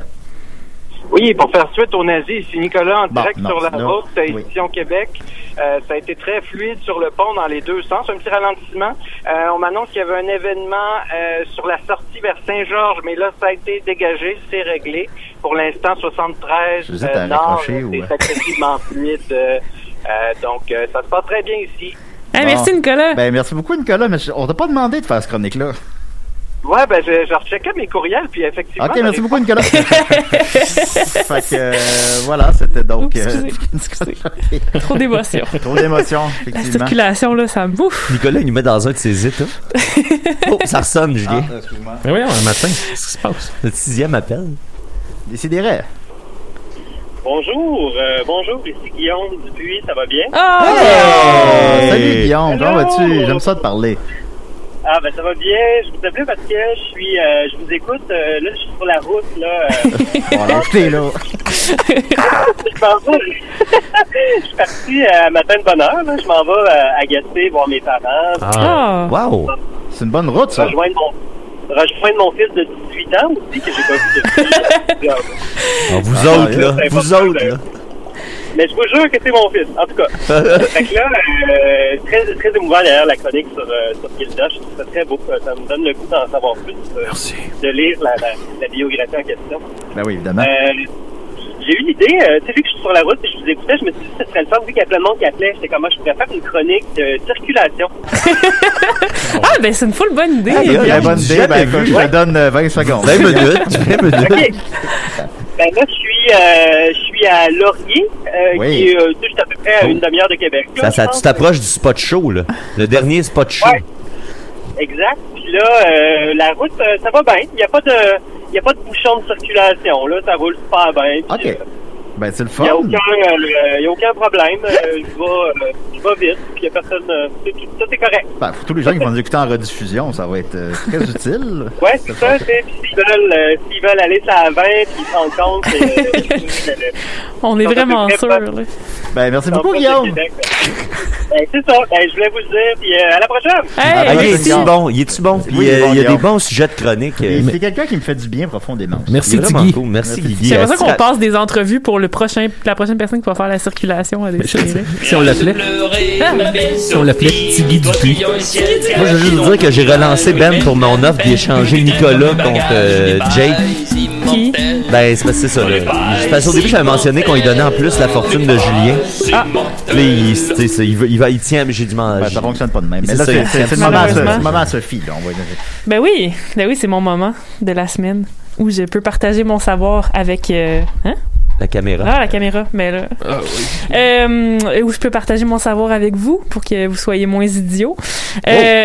Speaker 11: Oui, pour faire suite aux nazis, ici Nicolas en
Speaker 5: bon,
Speaker 11: direct
Speaker 5: non,
Speaker 11: sur la
Speaker 5: non,
Speaker 11: route,
Speaker 5: oui.
Speaker 11: édition Québec. Euh, ça a été très fluide sur le pont dans les deux sens, un petit ralentissement. Euh, on m'annonce qu'il y avait un événement euh, sur la sortie vers Saint-Georges, mais là, ça a été dégagé, c'est réglé. Pour l'instant, soixante-treize euh, nord, c'est ou... excessivement fluide. Euh, euh, donc, euh, ça se passe très bien ici.
Speaker 6: Hey, bon. Merci Nicolas.
Speaker 5: Ben, merci beaucoup Nicolas, mais on t'a pas demandé de faire ce chronique-là.
Speaker 11: Ouais, ben, je, je recheckais mes courriels, puis effectivement...
Speaker 5: OK, merci beaucoup, Nicolas. Fait que, euh, voilà, c'était donc...
Speaker 6: Oups, euh, Trop d'émotion.
Speaker 5: Trop d'émotion, effectivement.
Speaker 6: La circulation, là, ça me bouffe.
Speaker 7: Nicolas, il nous met dans un de ses états. Oh, ça ressonne, Julien.
Speaker 5: Ah, excuse-moi.
Speaker 8: Mais oui, un matin, qu'est-ce qui se passe?
Speaker 7: Le sixième appel.
Speaker 5: Décidérez.
Speaker 14: Bonjour, euh, bonjour, ici Guillaume Dupuis, ça va bien?
Speaker 6: Oh!
Speaker 5: Hey! Salut, Guillaume, comment vas-tu? J'aime ça de parler.
Speaker 14: Ah ben ça va bien, je vous appelle parce que je suis euh, je vous écoute, euh, là je suis sur la route là. Euh,
Speaker 5: on l'a acheté là.
Speaker 14: je m'en vais. Je suis parti à matin de bonne heure, là. Je m'en vais à, à Gaspé voir mes parents.
Speaker 8: Ah, wow!
Speaker 5: C'est une bonne route ça.
Speaker 14: Rejoindre mon, rejoindre mon fils de dix-huit ans aussi que j'ai pas vu depuis.
Speaker 7: Ah, vous ah, autres là, là vous autres là.
Speaker 14: Mais je vous jure que c'est mon fils, en tout cas. Fait que là, euh, très, très émouvant derrière la chronique sur, euh, sur Gilda. Je trouve ça très beau. Ça me donne le goût d'en savoir plus. Euh,
Speaker 8: Merci.
Speaker 14: De lire la, la, la biographie en question.
Speaker 5: Ben oui, évidemment.
Speaker 14: Euh, j'ai eu l'idée, euh, tu sais, vu que je suis sur la route et je vous écoutais, je me suis dit que ce serait le fun, vu qu'il y a plein de monde qui appelait, j'étais comme moi, je pourrais faire une chronique de circulation.
Speaker 6: Ah, ben c'est une full bonne idée.
Speaker 5: Ah, c'est une bonne idée. Ben écoute, je te donne vingt secondes.
Speaker 7: vingt minutes. vingt minutes.
Speaker 14: OK. Ben là, je suis, euh, je suis à Laurier, euh,
Speaker 7: Oui.
Speaker 14: qui est euh, juste à peu près à une demi-heure de Québec. là,
Speaker 7: Ça,
Speaker 14: je
Speaker 7: ça,
Speaker 14: pense.
Speaker 7: tu t'approches du spot show, là. Le dernier spot show.
Speaker 14: Ouais. Exact. Puis là, euh, la route, euh, ça va bien. Il n'y a pas de, il y a pas de bouchon de circulation. Là, ça roule super bien. Puis,
Speaker 5: OK.
Speaker 14: euh,
Speaker 5: Ben, c'est le
Speaker 14: Il
Speaker 5: fun.
Speaker 14: n'y a, aucun, euh, y a aucun problème. Euh, je vais euh, je vais vite. Puis il n'y a personne. Euh, tout, tout, tout est correct.
Speaker 5: Ben, pour tous les gens qui vont nous écouter en rediffusion, ça va être euh, très utile.
Speaker 14: Ouais, c'est ça. c'est- Puis s'ils veulent, euh, s'ils veulent aller sur la vingt, puis ils se rendent compte. que, euh,
Speaker 6: On est
Speaker 14: ils sont
Speaker 6: vraiment
Speaker 14: à peu près
Speaker 6: sûr.
Speaker 14: pas-
Speaker 6: Là.
Speaker 5: Ben, merci
Speaker 14: ils sont
Speaker 5: beaucoup,
Speaker 14: pas de
Speaker 5: Guillaume.
Speaker 14: Québec. Ben, c'est ça. Ben, je voulais vous le dire. Puis euh, à la prochaine.
Speaker 7: Ah, il est-tu bon? Il est-tu bon? Puis
Speaker 5: Oui,
Speaker 7: euh,
Speaker 5: bon,
Speaker 7: il y a des
Speaker 5: Guillaume.
Speaker 7: bons sujets de chronique.
Speaker 5: Et
Speaker 7: euh,
Speaker 5: c'est quelqu'un qui me fait du bien profondément. aussi.
Speaker 8: Merci,
Speaker 7: Il est vraiment
Speaker 8: Tiggy.
Speaker 7: cool. Merci, Guigui.
Speaker 6: C'est pour ça
Speaker 7: Euh,
Speaker 6: qu'on
Speaker 7: si-
Speaker 6: passe des entrevues pour le prochain, la prochaine personne qui va faire la circulation à des séries.
Speaker 8: Si on l'appelait. Si on l'appelait Tiggy Dupuis.
Speaker 7: Moi, je veux juste dire que j'ai relancé Ben pour mon offre d'échanger Nicolas contre euh, Jake.
Speaker 6: Qui?
Speaker 7: Ben, c'est parce que c'est ça, là. C'est parce qu'au début, j'avais mentionné qu'on lui donnait en plus la fortune de Julien.
Speaker 6: Ah!
Speaker 7: Puis là, il, tu sais, ça, il, va, il, va, il tient, mais j'ai du mal.
Speaker 5: Ben, ça fonctionne pas de même. Mais
Speaker 7: C'est
Speaker 5: là,
Speaker 7: ça,
Speaker 5: c'est
Speaker 7: il
Speaker 5: c'est-
Speaker 7: tient-
Speaker 5: c'est le moment à
Speaker 6: Malheureusement.
Speaker 5: c'est le moment à Sophie. Là, on va...
Speaker 6: Ben oui, ben oui, c'est mon moment de la semaine où je peux partager mon savoir avec euh, hein?
Speaker 7: La caméra.
Speaker 6: Ah, la caméra, mais là. Euh, où je peux partager mon savoir avec vous pour que vous soyez moins idiots. Euh,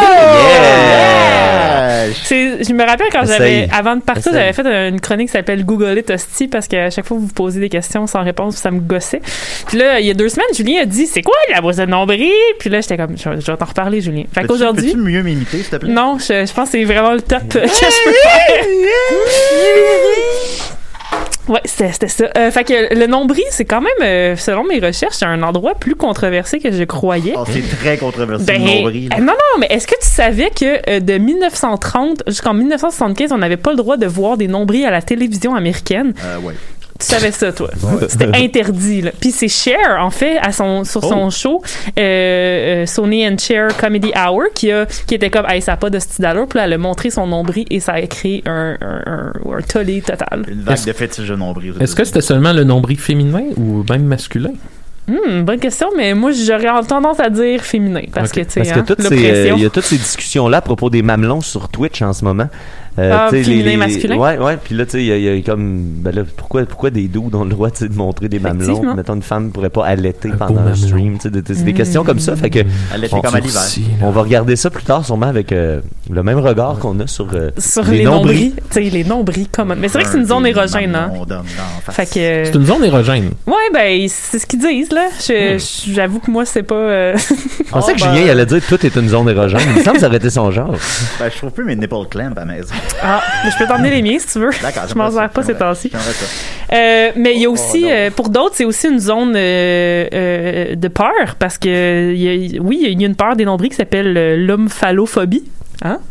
Speaker 7: Yeah!
Speaker 6: c'est, je me rappelle quand
Speaker 7: Essaye.
Speaker 6: j'avais, avant de partir,
Speaker 7: Essaye.
Speaker 6: j'avais fait une chronique qui s'appelle Google It Hostie parce qu'à chaque fois vous vous posez des questions sans réponse, ça me gossait. Puis là, il y a deux semaines, Julien a dit c'est quoi la boîte de nombril? Puis là, j'étais comme, je, je vais t'en reparler, Julien. Fait
Speaker 5: Peux-tu-
Speaker 6: qu'aujourd'hui.
Speaker 5: Peux-tu mieux m'imiter, s'il te plaît?
Speaker 6: Non, je, je pense que c'est vraiment le top que je peux faire. Ouais, c'était, c'était ça. Euh, fait que le nombril, c'est quand même, euh, selon mes recherches, c'est un endroit plus controversé que je croyais.
Speaker 5: Oh, c'est très controversé,
Speaker 6: Ben,
Speaker 5: le nombril.
Speaker 6: euh, non, non, mais est-ce que tu savais que euh, de dix-neuf cent trente jusqu'en dix-neuf cent soixante-quinze, on n'avait pas le droit de voir des nombrils à la télévision américaine?
Speaker 5: Euh, ouais.
Speaker 6: Tu savais ça, toi? C'était interdit, là. Puis c'est Cher, en fait, à son, sur son
Speaker 5: Oh.
Speaker 6: show, euh, euh, Sonny and Cher Comedy Hour, qui, a, qui était comme, hey, ça n'a pas de style d'allure. Puis là, elle a montré son nombril et ça a créé un, un, un, un tollé total.
Speaker 5: Une vague
Speaker 8: Est-ce-
Speaker 5: de fétiche de nombril.
Speaker 8: Est-ce que c'était seulement le nombril féminin ou même masculin?
Speaker 6: Hmm, bonne question, mais moi, j'aurais tendance à dire féminin. Parce
Speaker 8: Ok.
Speaker 6: que, tu sais,
Speaker 7: Parce que
Speaker 6: hein,
Speaker 7: toutes ces, euh,
Speaker 6: l'oppression.
Speaker 7: il y a toutes ces discussions-là à propos des mamelons sur Twitch en ce moment. Euh,
Speaker 6: Ah,
Speaker 7: tu sais,
Speaker 6: féminin, masculin?
Speaker 7: Ouais, ouais. Puis là, tu sais, il y, a- il y a comme. Ben là, pourquoi, pourquoi des dudes ont le droit, tu sais, de montrer des mamelons?
Speaker 6: Effectivement.
Speaker 7: Mettons, une femme ne pourrait pas allaiter
Speaker 8: Un
Speaker 7: pendant
Speaker 8: beau
Speaker 7: un
Speaker 8: mamelon.
Speaker 7: stream. Tu sais, de- de- c'est des
Speaker 6: Mm.
Speaker 7: questions comme ça. Fait que.
Speaker 5: Elle était
Speaker 7: on-
Speaker 5: comme à l'hiver.
Speaker 8: Aussi, là.
Speaker 7: On va regarder ça plus tard, sûrement avec euh, le même regard qu'on a sur, euh,
Speaker 6: Sur les, nombrils. Tu sais, les nombrils, comment. Mais c'est vrai que c'est une zone érogène, hein.
Speaker 5: On donne dans la
Speaker 6: Fait
Speaker 5: face.
Speaker 6: que.
Speaker 8: C'est une zone érogène.
Speaker 6: Ouais, ben, c'est ce qu'ils disent, là. Je- je- J'avoue que moi, c'est pas. euh,
Speaker 7: Je pensais que
Speaker 5: Oh, ben-
Speaker 7: Julien il allait dire que tout est une zone érogène. Il me semble que ça aurait été son genre.
Speaker 5: Ben, je trouve plus mes nipple clamps à la maison.
Speaker 6: Ah, mais je peux t'emmener les miens si tu veux.
Speaker 5: D'accord,
Speaker 6: Je m'en sers pas ces temps-ci.
Speaker 5: J'aimerais ça.
Speaker 6: Euh, mais il y a aussi,
Speaker 5: Oh, non.
Speaker 6: euh, pour d'autres, c'est aussi une zone euh, euh, de peur parce que, il y a- oui, il y a une peur des nombrils qui s'appelle euh, l'homophalophobie. Hein?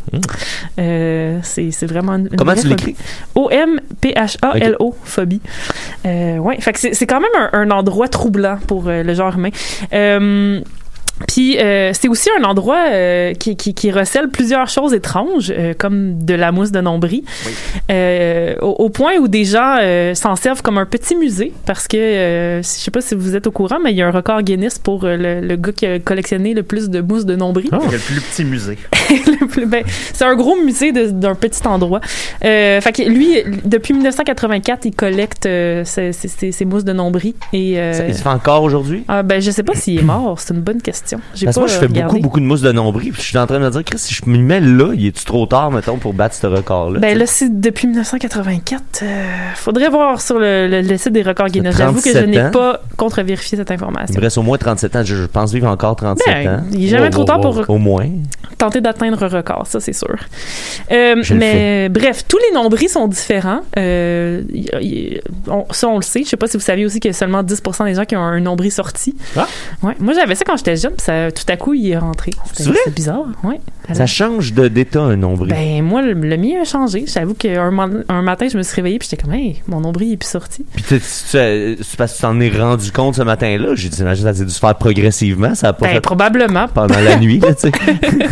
Speaker 6: Euh, c'est, c'est vraiment une, une
Speaker 7: Comment
Speaker 6: vraie
Speaker 7: tu l'écris?
Speaker 6: phobie. O M P H A L O, phobie. Euh, ouais, fait que c'est, c'est quand même un, un endroit troublant pour euh, le genre humain. Euh, Puis euh, c'est aussi un endroit euh, qui, qui, qui recèle plusieurs choses étranges, euh, comme de la mousse de nombril,
Speaker 5: Oui.
Speaker 6: euh, au, au point où des gens euh, s'en servent comme un petit musée, parce que, euh, je sais pas si vous êtes au courant, mais il y a un record Guinness pour euh, le, le gars qui a collectionné le plus de mousse de nombril.
Speaker 5: C'est le plus petit musée.
Speaker 6: Le plus- ben, c'est un gros musée de- d'un petit endroit. Euh, fait que lui, depuis dix-neuf cent quatre-vingt-quatre, il collecte euh, ces, ces- ces- ces mousses de nombril. Et, euh,
Speaker 7: Ça, il se fait encore aujourd'hui?
Speaker 6: ah, ben, je sais pas s'il est mort, c'est une bonne question. J'ai
Speaker 7: Parce que
Speaker 6: pas
Speaker 7: moi, je fais
Speaker 6: regardé.
Speaker 7: beaucoup, beaucoup de mousse de nombril. Puis je suis en train de me dire, Chris, si je me mets là, il est-tu trop tard, mettons, pour battre ce record-là?
Speaker 6: Ben
Speaker 7: tu
Speaker 6: là, c'est depuis dix-neuf cent quatre-vingt-quatre. Euh, faudrait voir sur le, le, le site des records Guinness. J'avoue que je
Speaker 7: trente-sept
Speaker 6: n'ai
Speaker 7: ans.
Speaker 6: pas contre-vérifié cette
Speaker 7: Il
Speaker 6: information.
Speaker 7: me reste au moins trente-sept ans. Je, je pense vivre encore trente-sept
Speaker 6: Ben,
Speaker 7: ans.
Speaker 6: il est jamais trop tard pour-
Speaker 7: Au moins.
Speaker 6: Tenter d'atteindre un record, ça c'est sûr. Euh,
Speaker 7: Je le
Speaker 6: mais bref, tous les nombrils sont différents. Euh, y- y- on- ça, on le sait. Je sais pas si vous saviez aussi qu'il y a seulement dix pour cent des gens qui ont un nombril sorti.
Speaker 8: Ah.
Speaker 6: Ouais. Moi, j'avais ça quand j'étais jeune, puis ça, tout à coup, il est rentré. C'était-
Speaker 7: C'est vrai?
Speaker 6: C'est bizarre. Ouais.
Speaker 7: Ça change de, d'état, un nombril.
Speaker 6: Ben, moi, le, le mien a changé. J'avoue qu'un man- un matin, je me suis réveillée, puis j'étais comme, hey, mon nombril est plus sorti.
Speaker 7: Puis t'es- tu- c'est parce que tu t'en es rendu compte ce matin-là. J'ai dit, j'imagine que ça a dû se faire progressivement. Ça a pas
Speaker 6: Ben,
Speaker 7: fait
Speaker 6: probablement.
Speaker 7: pendant la nuit, là, tu sais.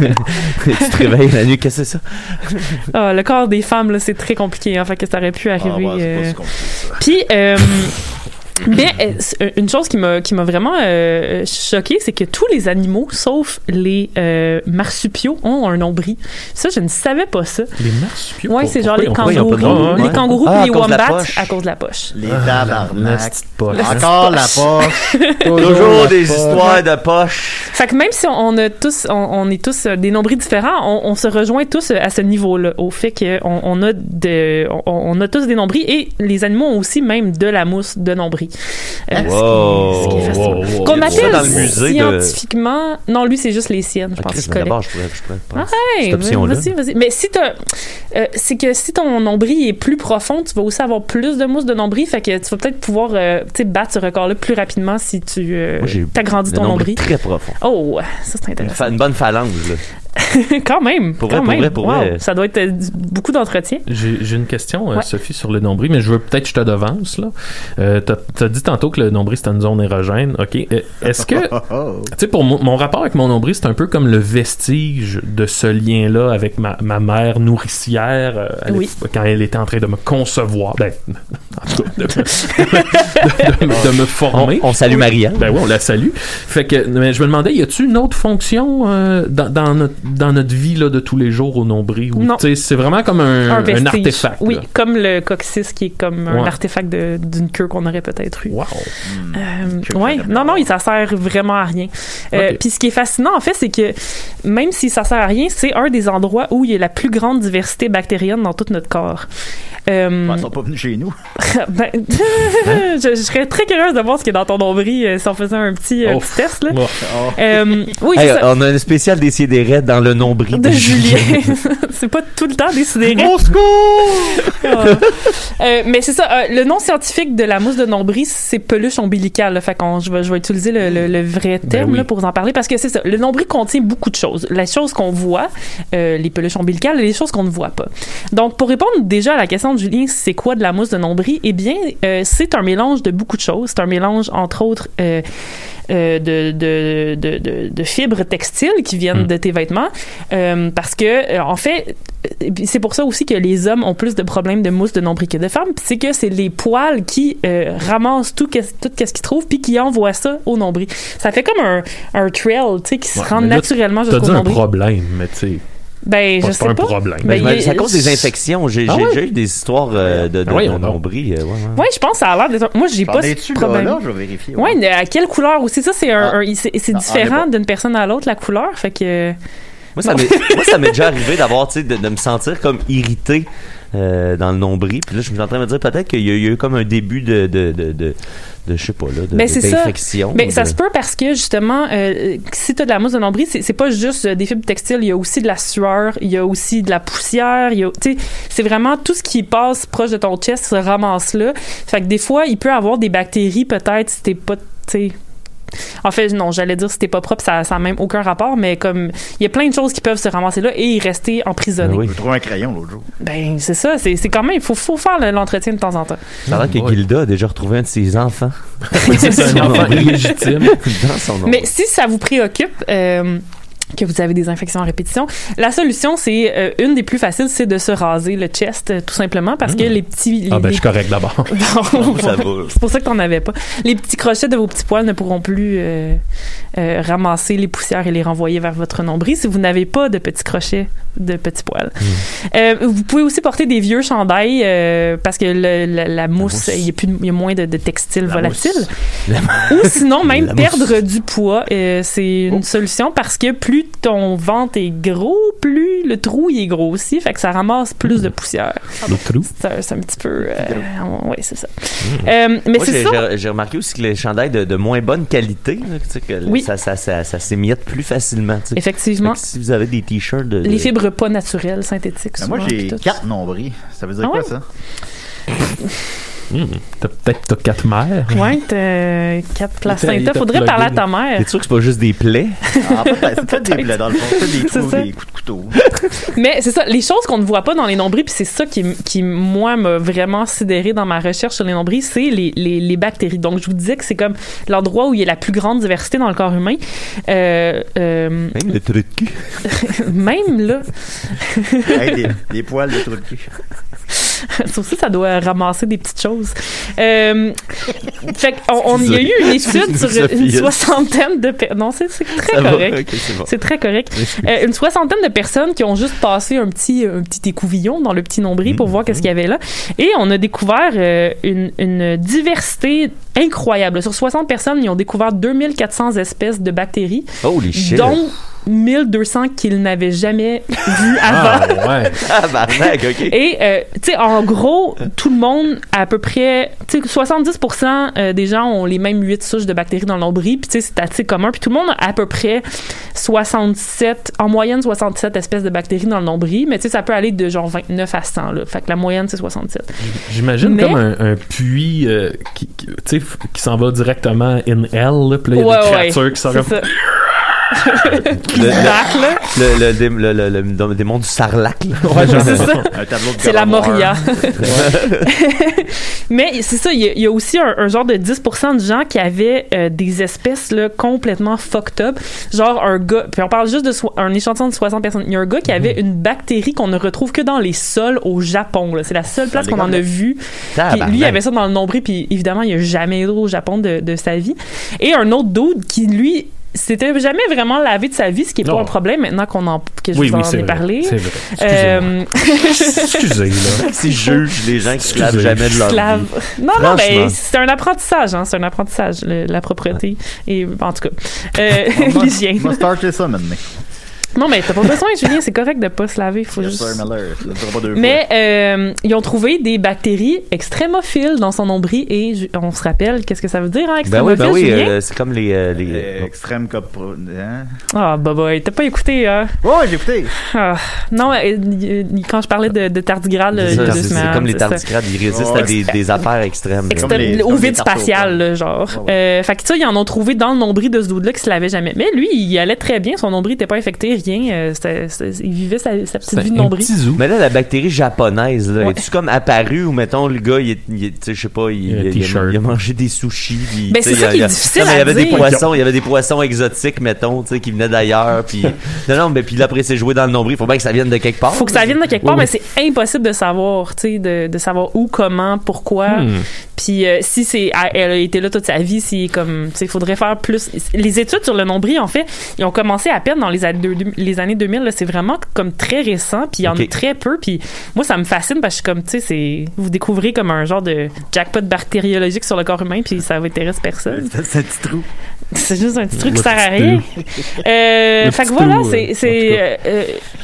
Speaker 7: Tu te réveilles la nuit, qu'est-ce que c'est ça?
Speaker 6: Ah, le corps des femmes, là, c'est très compliqué. En fait, que ça aurait pu arriver.
Speaker 5: Ah, ouais, c'est pas
Speaker 6: euh,
Speaker 5: si compliqué, ça.
Speaker 6: Puis, euh, Mais euh, une chose qui m'a qui m'a vraiment euh, choquée, c'est que tous les animaux, sauf les euh, marsupiaux, ont un nombril. Ça, je ne savais pas ça.
Speaker 8: Les marsupiaux?
Speaker 6: Ouais, c'est genre les
Speaker 8: pourquoi ils ont
Speaker 6: kangourous,
Speaker 8: pas de nombril?
Speaker 6: les kangourous
Speaker 7: Ah,
Speaker 6: puis les
Speaker 7: à cause de la
Speaker 6: wombats
Speaker 7: poche.
Speaker 6: à cause de la poche.
Speaker 5: Les
Speaker 8: Ah,
Speaker 5: tabarnak.
Speaker 8: la petite poche.
Speaker 5: Encore la poche.
Speaker 7: Toujours
Speaker 5: la
Speaker 7: des
Speaker 5: poche.
Speaker 7: histoires de poche.
Speaker 6: Fait que même si on, on a tous, on, on est tous euh, des nombrils différents, on, on se rejoint tous à ce niveau-là, au fait qu'on on a de, on, on a tous des nombrils et les animaux ont aussi même de la mousse de nombril. Euh,
Speaker 7: Wow.
Speaker 6: ce qui est fascinant.
Speaker 8: Wow, wow.
Speaker 6: Qu'on
Speaker 7: Il y a ça
Speaker 6: appelle
Speaker 7: dans le musée de-
Speaker 6: scientifiquement. Non, lui, c'est juste les siennes, je
Speaker 7: Ah,
Speaker 6: pense
Speaker 7: Chris,
Speaker 6: qu'il
Speaker 7: mais
Speaker 6: connaît.
Speaker 7: d'abord, je pourrais, je pourrais prendre
Speaker 6: Hey,
Speaker 7: cette option-là.
Speaker 6: vas-y, vas-y. Mais si t'as, euh, c'est que si ton nombril est plus profond, tu vas aussi avoir plus de mousse de nombril, fait que tu vas peut-être pouvoir, euh, tu sais, battre ce record-là plus rapidement si tu euh,
Speaker 7: Moi, j'ai
Speaker 6: t'agrandis
Speaker 7: le
Speaker 6: ton
Speaker 7: nombril
Speaker 6: nombril.
Speaker 7: très profond.
Speaker 6: Oh, ça c'est
Speaker 7: Une,
Speaker 6: intéressant.
Speaker 7: fa- une bonne phalange, là.
Speaker 6: Quand même.
Speaker 7: Pour
Speaker 6: quand
Speaker 7: vrai, pour
Speaker 6: même.
Speaker 7: vrai, pour
Speaker 6: Wow,
Speaker 7: vrai.
Speaker 6: ça doit être euh, du- beaucoup d'entretien.
Speaker 8: J'ai, j'ai une question, euh,
Speaker 6: Ouais.
Speaker 8: Sophie, sur le nombril, mais je veux peut-être que je te devance. Là. Euh, t'as, t'as dit tantôt que le nombril, c'était une zone érogène. OK. Euh, est-ce que... Tu sais, pour mon, mon rapport avec mon nombril, c'est un peu comme le vestige de ce lien-là avec ma, ma mère nourricière euh, à
Speaker 6: Oui.
Speaker 8: l'époque, quand elle était en train de me concevoir. Ben, en tout cas, de, de- de- de me former.
Speaker 7: On, on salue Maria.
Speaker 8: Ben oui, on la salue. Fait que, mais je me demandais, y a-tu une autre fonction euh, dans, dans, notre, dans notre vie là, de tous les jours au nombril? Ou,
Speaker 6: Non.
Speaker 8: tu sais, c'est vraiment comme un,
Speaker 6: Un
Speaker 8: un
Speaker 6: vestige.
Speaker 8: artefact.
Speaker 6: Oui,
Speaker 8: là.
Speaker 6: comme le coccyx qui est comme un
Speaker 8: Ouais.
Speaker 6: artefact de- d'une queue qu'on aurait peut-être eu.
Speaker 8: Wow.
Speaker 6: Euh,
Speaker 5: Que
Speaker 6: ouais,
Speaker 5: j'aimerais
Speaker 6: non, non,
Speaker 5: avoir.
Speaker 6: il ça sert vraiment à rien. Euh,
Speaker 8: Ok.
Speaker 6: Puis ce qui est fascinant, en fait, c'est que même si ça sert à rien, c'est un des endroits où il y a la plus grande diversité bactérienne dans tout notre corps. Euh,
Speaker 5: Bon, ils sont pas venus chez nous.
Speaker 6: ben, je, je serais très curieuse de voir ce qu'il y a dans ton nombril euh, si on faisait un petit, euh,
Speaker 8: Oh.
Speaker 6: petit test. Là.
Speaker 8: Oh.
Speaker 6: Euh, oui,
Speaker 7: Hey,
Speaker 6: c'est ça.
Speaker 7: on a un spécial Décideret dans le nombril
Speaker 6: De Julien. C'est pas tout le temps décidé.
Speaker 5: Au secours!
Speaker 6: Euh, mais c'est ça, euh, le nom scientifique de la mousse de nombril, c'est peluche ombilicale. Là, fait qu'on, je, vais, je vais utiliser le, le, le vrai terme
Speaker 8: Ben oui.
Speaker 6: là, pour vous en parler parce que c'est ça. Le nombril contient beaucoup de choses. Les choses qu'on voit, euh, les peluches ombilicales, et les choses qu'on ne voit pas. Donc, pour répondre déjà à la question de Julien, c'est quoi de la mousse de nombril? Eh bien, euh, c'est un mélange de beaucoup de choses. C'est un mélange, entre autres, euh, euh, de, de, de, de, de fibres textiles qui viennent
Speaker 8: Mm.
Speaker 6: de tes vêtements. Euh, parce que, euh, en fait, euh, c'est pour ça aussi que les hommes ont plus de problèmes de mousse de nombril que de femmes. Puis c'est que c'est les poils qui euh, ramassent tout, qu'est- tout ce qu'ils trouvent puis qui envoient ça au nombril. Ça fait comme un, un trail, tu sais, qui se
Speaker 8: Ouais,
Speaker 6: rend
Speaker 8: mais là,
Speaker 6: naturellement
Speaker 8: T'as
Speaker 6: jusqu'au
Speaker 8: dit un
Speaker 6: nombril.
Speaker 8: problème, mais tu sais,
Speaker 6: Ben,
Speaker 8: pas-
Speaker 6: je
Speaker 8: c'est pas
Speaker 6: sais
Speaker 8: un
Speaker 6: pas.
Speaker 8: problème.
Speaker 6: Ben,
Speaker 7: Ben,
Speaker 6: il-
Speaker 7: c'est à cause des infections. J'ai
Speaker 8: Ah
Speaker 7: j'ai
Speaker 8: ouais?
Speaker 7: déjà eu des histoires euh, de, de,
Speaker 8: Ben voyons
Speaker 7: de
Speaker 8: donc.
Speaker 7: nombril. euh, ouais, ouais.
Speaker 6: Ouais, je pense que ça a l'air d'être. Moi, j'ai
Speaker 5: J'en
Speaker 6: pas
Speaker 5: ai-tu,
Speaker 6: ce
Speaker 5: là,
Speaker 6: problème.
Speaker 5: là? Je vais vérifier.
Speaker 6: Ouais, mais à quelle couleur aussi? Ça, c'est un,
Speaker 5: Ah.
Speaker 6: un- c'est, c'est
Speaker 5: Ah,
Speaker 6: différent
Speaker 5: ah,
Speaker 6: d'une personne à l'autre, la couleur. Fait que.
Speaker 7: Moi, ça m'est, moi, ça m'est déjà arrivé d'avoir, tu sais, de, de me sentir comme irrité euh, dans le nombril. Puis là, je suis en train de me dire peut-être qu'il y a, il y a eu comme un début de, de, de, de, de je sais pas, là, de,
Speaker 6: Ben,
Speaker 7: de-
Speaker 6: c'est ça.
Speaker 7: d'infection.
Speaker 6: Ben, ça
Speaker 7: de-
Speaker 6: se peut parce que justement, euh, si tu as de la mousse de nombril, c'est, c'est pas juste euh, des fibres textiles, il y a aussi de la sueur, il y a aussi de la poussière, il y a, tu sais, c'est vraiment tout ce qui passe proche de ton chest se ramasse là. Fait que des fois, il peut avoir des bactéries peut-être si t'es pas, tu sais. En fait, non, j'allais dire si t'es pas propre, ça n'a même aucun rapport, mais comme il y a plein de choses qui peuvent se ramasser là et y rester emprisonnées.
Speaker 7: Ben oui.
Speaker 5: J'ai trouvé un crayon l'autre jour.
Speaker 6: Ben, c'est ça, c'est, c'est quand même, il faut, faut faire le- l'entretien de temps en temps.
Speaker 7: Ça a l'air que
Speaker 8: Ouais.
Speaker 7: Gilda a déjà retrouvé un de ses enfants.
Speaker 8: c'est un enfant illégitime.
Speaker 7: Dans son nombril.
Speaker 6: Mais si ça vous préoccupe, euh, que vous avez des infections à répétition, la solution, c'est euh, une des plus faciles, c'est de se raser le chest, euh, tout simplement, parce que les petits... Les,
Speaker 8: Ah ben,
Speaker 6: les-
Speaker 8: je suis correct d'abord.
Speaker 6: Non,
Speaker 7: Ça va.
Speaker 6: c'est pour ça que t'en avais pas. Les petits crochets de vos petits poils ne pourront plus euh, euh, ramasser les poussières et les renvoyer vers votre nombril si vous n'avez pas de petits crochets de petits poils. Euh, vous pouvez aussi porter des vieux chandails euh, parce que le- la, la mousse,
Speaker 7: mousse.
Speaker 6: il y a plus, de- il y a moins de, de textiles
Speaker 7: La
Speaker 6: volatiles.
Speaker 7: mousse. La-
Speaker 6: Ou sinon même
Speaker 7: La mousse.
Speaker 6: perdre du poids, euh, c'est une
Speaker 7: Oh.
Speaker 6: solution parce que plus ton ventre est gros, plus le trou il est gros aussi, fait que ça ramasse plus de poussière.
Speaker 8: Le trou.
Speaker 6: C'est un, c'est un petit peu, euh, ouais, c'est ça. Euh, mais
Speaker 7: Moi,
Speaker 6: c'est
Speaker 7: j'ai,
Speaker 6: ça.
Speaker 7: j'ai- j'ai remarqué aussi que les chandails de, de moins bonne qualité, là, tu sais, que
Speaker 6: Oui.
Speaker 7: ça, ça, ça, ça s'émiette plus facilement. tu sais.
Speaker 6: Effectivement.
Speaker 7: Fait que si vous avez des t-shirts de, de-
Speaker 6: Les fibres pas naturelles, synthétiques.
Speaker 5: Ben, moi,
Speaker 6: souvent,
Speaker 5: j'ai
Speaker 6: puis tout.
Speaker 5: quatre nombrils. Ça veut dire
Speaker 6: Ah
Speaker 5: quoi,
Speaker 6: ouais?
Speaker 5: ça?
Speaker 8: Hmm. T'as, peut-être t'as quatre mères.
Speaker 6: Ouais, t'as quatre
Speaker 8: Il
Speaker 6: placentas.
Speaker 8: t'a
Speaker 6: Faudrait
Speaker 8: plugué,
Speaker 6: parler à
Speaker 8: là.
Speaker 6: ta mère.
Speaker 7: T'es sûr que c'est pas juste des plaies?
Speaker 5: Ah, peut-être. C'est peut-être des plaies, dans le fond. C'est peut-être des
Speaker 6: C'est
Speaker 5: trous,
Speaker 6: ça.
Speaker 5: des coups de couteau.
Speaker 6: Mais c'est ça, les choses qu'on ne voit pas dans les nombrils, puis c'est ça qui, qui moi, m'a vraiment sidéré dans ma recherche sur les nombrils, c'est les, les, les bactéries. Donc, je vous disais que c'est comme l'endroit où il y a la plus grande diversité dans le corps humain. Euh, euh,
Speaker 7: Même le truc de cul.
Speaker 6: même là.
Speaker 5: Hey, des, des poils de trou de cul.
Speaker 6: Ça aussi, ça doit ramasser des petites choses. Euh, fait qu'on, on, il y a eu une étude sur une soixantaine de personnes. Non, c'est, c'est très ça correct. Va? Okay, c'est, bon. C'est très correct. Euh, une soixantaine de personnes qui ont juste passé un petit, un petit écouvillon dans le petit nombril pour mmh, voir mmh. qu'est-ce qu'il y avait là. Et on a découvert euh, une, une diversité incroyable. Sur soixante personnes, ils ont découvert deux mille quatre cents espèces de bactéries.
Speaker 7: Holy shit!
Speaker 6: Dont mille deux cents qu'ils n'avaient jamais vu avant.
Speaker 7: Ah, ouais. Ah, barnac, OK.
Speaker 6: Et, euh, tu sais, en gros, tout le monde, à peu près, tu sais, soixante-dix pour cent des gens ont les mêmes huit souches de bactéries dans le nombril, puis tu sais, c'est assez commun. Puis tout le monde a à peu près soixante-sept, en moyenne, soixante-sept espèces de bactéries dans le nombril, mais tu sais, ça peut aller de genre vingt-neuf à cent, là. Fait que la moyenne, c'est soixante-sept.
Speaker 8: J'imagine mais, comme un, un puits euh, qui, qui, tu sais, qui s'en va directement in hell, là, puis là, il y a
Speaker 6: ouais,
Speaker 8: des créatures
Speaker 6: ouais,
Speaker 8: qui s'en vont...
Speaker 6: qui le,
Speaker 7: le, le, le, le, le, le, le démon du sarlac là.
Speaker 6: Ouais, c'est ça.
Speaker 5: Un tableau de
Speaker 6: c'est la Moria. Mais c'est ça, il y, y a aussi un, un genre de dix pour cent de gens qui avaient euh, des espèces là, complètement fucked up. Genre un gars, puis on parle juste de so- un échantillon de soixante personnes. Il y a un gars qui avait une bactérie qu'on ne retrouve que dans les sols au Japon. Là. C'est la seule place qu'on en a vu. Puis, lui, il avait ça dans le nombril, puis évidemment, il n'a jamais été au Japon de, de sa vie. Et un autre dude qui, lui, c'était jamais vraiment lavé de sa vie, ce qui n'est pas un problème maintenant qu'on en, que je
Speaker 8: oui,
Speaker 6: vous
Speaker 8: oui,
Speaker 6: en ai
Speaker 8: vrai.
Speaker 6: parlé.
Speaker 8: C'est vrai.
Speaker 6: Euh...
Speaker 8: Excusez, là.
Speaker 7: S'ils jugent les gens qui se lavent jamais de leur
Speaker 6: Lave.
Speaker 7: vie.
Speaker 6: Non, non, mais c'est un apprentissage, hein, c'est un apprentissage, le, la propreté. Et en tout cas, euh, l'hygiène.
Speaker 5: On va starter ça maintenant.
Speaker 6: Non, mais t'as pas besoin, Julien, c'est correct de pas se laver. Faut
Speaker 5: yes,
Speaker 6: juste...
Speaker 5: sir, Miller, je le dirai pas deux
Speaker 6: mais euh, ils ont trouvé des bactéries extrémophiles dans son nombril et je, on se rappelle, qu'est-ce que ça veut dire, hein, extrémophile,
Speaker 7: ben oui, ben oui,
Speaker 6: Julien?
Speaker 7: euh, c'est comme les... Euh, les
Speaker 5: euh, extrême copro... Hein?
Speaker 6: Ah, bah, bah, t'as pas écouté, hein?
Speaker 5: Ouais, j'ai écouté.
Speaker 6: Ah, non, euh, quand je parlais de, de tardigrade,
Speaker 7: c'est, ça,
Speaker 6: c'est,
Speaker 7: c'est, c'est comme les tardigrades, ils résistent
Speaker 5: ouais,
Speaker 7: à des, des affaires extrêmes.
Speaker 6: Extrême,
Speaker 5: les,
Speaker 6: au vide spatial, là, genre.
Speaker 5: Ouais, ouais.
Speaker 6: Euh, fait que ça, ils en ont trouvé dans le nombril de ce dude-là qui se lavait jamais. Mais lui, il allait très bien, son nombril était pas infecté, rien. Euh, c'était il vivait sa, sa petite vie de nombril.
Speaker 7: Mais là, la bactérie japonaise, là,
Speaker 6: ouais.
Speaker 7: est-tu comme apparue ou, mettons, le gars, il, il, je sais pas, il, il, il, a, il a mangé des sushis. Puis,
Speaker 6: ben, c'est ça
Speaker 7: il,
Speaker 6: qui
Speaker 7: il,
Speaker 6: est difficile
Speaker 7: non,
Speaker 6: à
Speaker 7: il y avait
Speaker 6: dire.
Speaker 7: Des poissons, il y avait des poissons exotiques, mettons, tu sais, qui venaient d'ailleurs. Puis, non, non, mais puis là, après, c'est joué dans le nombril. Il faut bien que ça vienne de quelque part.
Speaker 6: Faut que ça vienne de quelque part,
Speaker 7: oui,
Speaker 6: mais oui. c'est impossible de savoir, tu sais, de, de savoir où, comment, pourquoi. Hmm. Puis, euh, si c'est, elle a été là toute sa vie, si, comme, tu sais, il faudrait faire plus. Les études sur le nombril, en fait, ils ont commencé à peine dans les années, les années deux mille, là, c'est vraiment comme très récent, puis il y en okay. a très peu, puis moi ça me fascine parce que je suis comme, tu sais, c'est vous découvrez comme un genre de jackpot bactériologique sur le corps humain, puis ça intéresse personne.
Speaker 5: C'est un petit trou.
Speaker 6: C'est juste un petit truc qui sert à rien. Euh, fait que voilà, c'est, c'est euh, euh,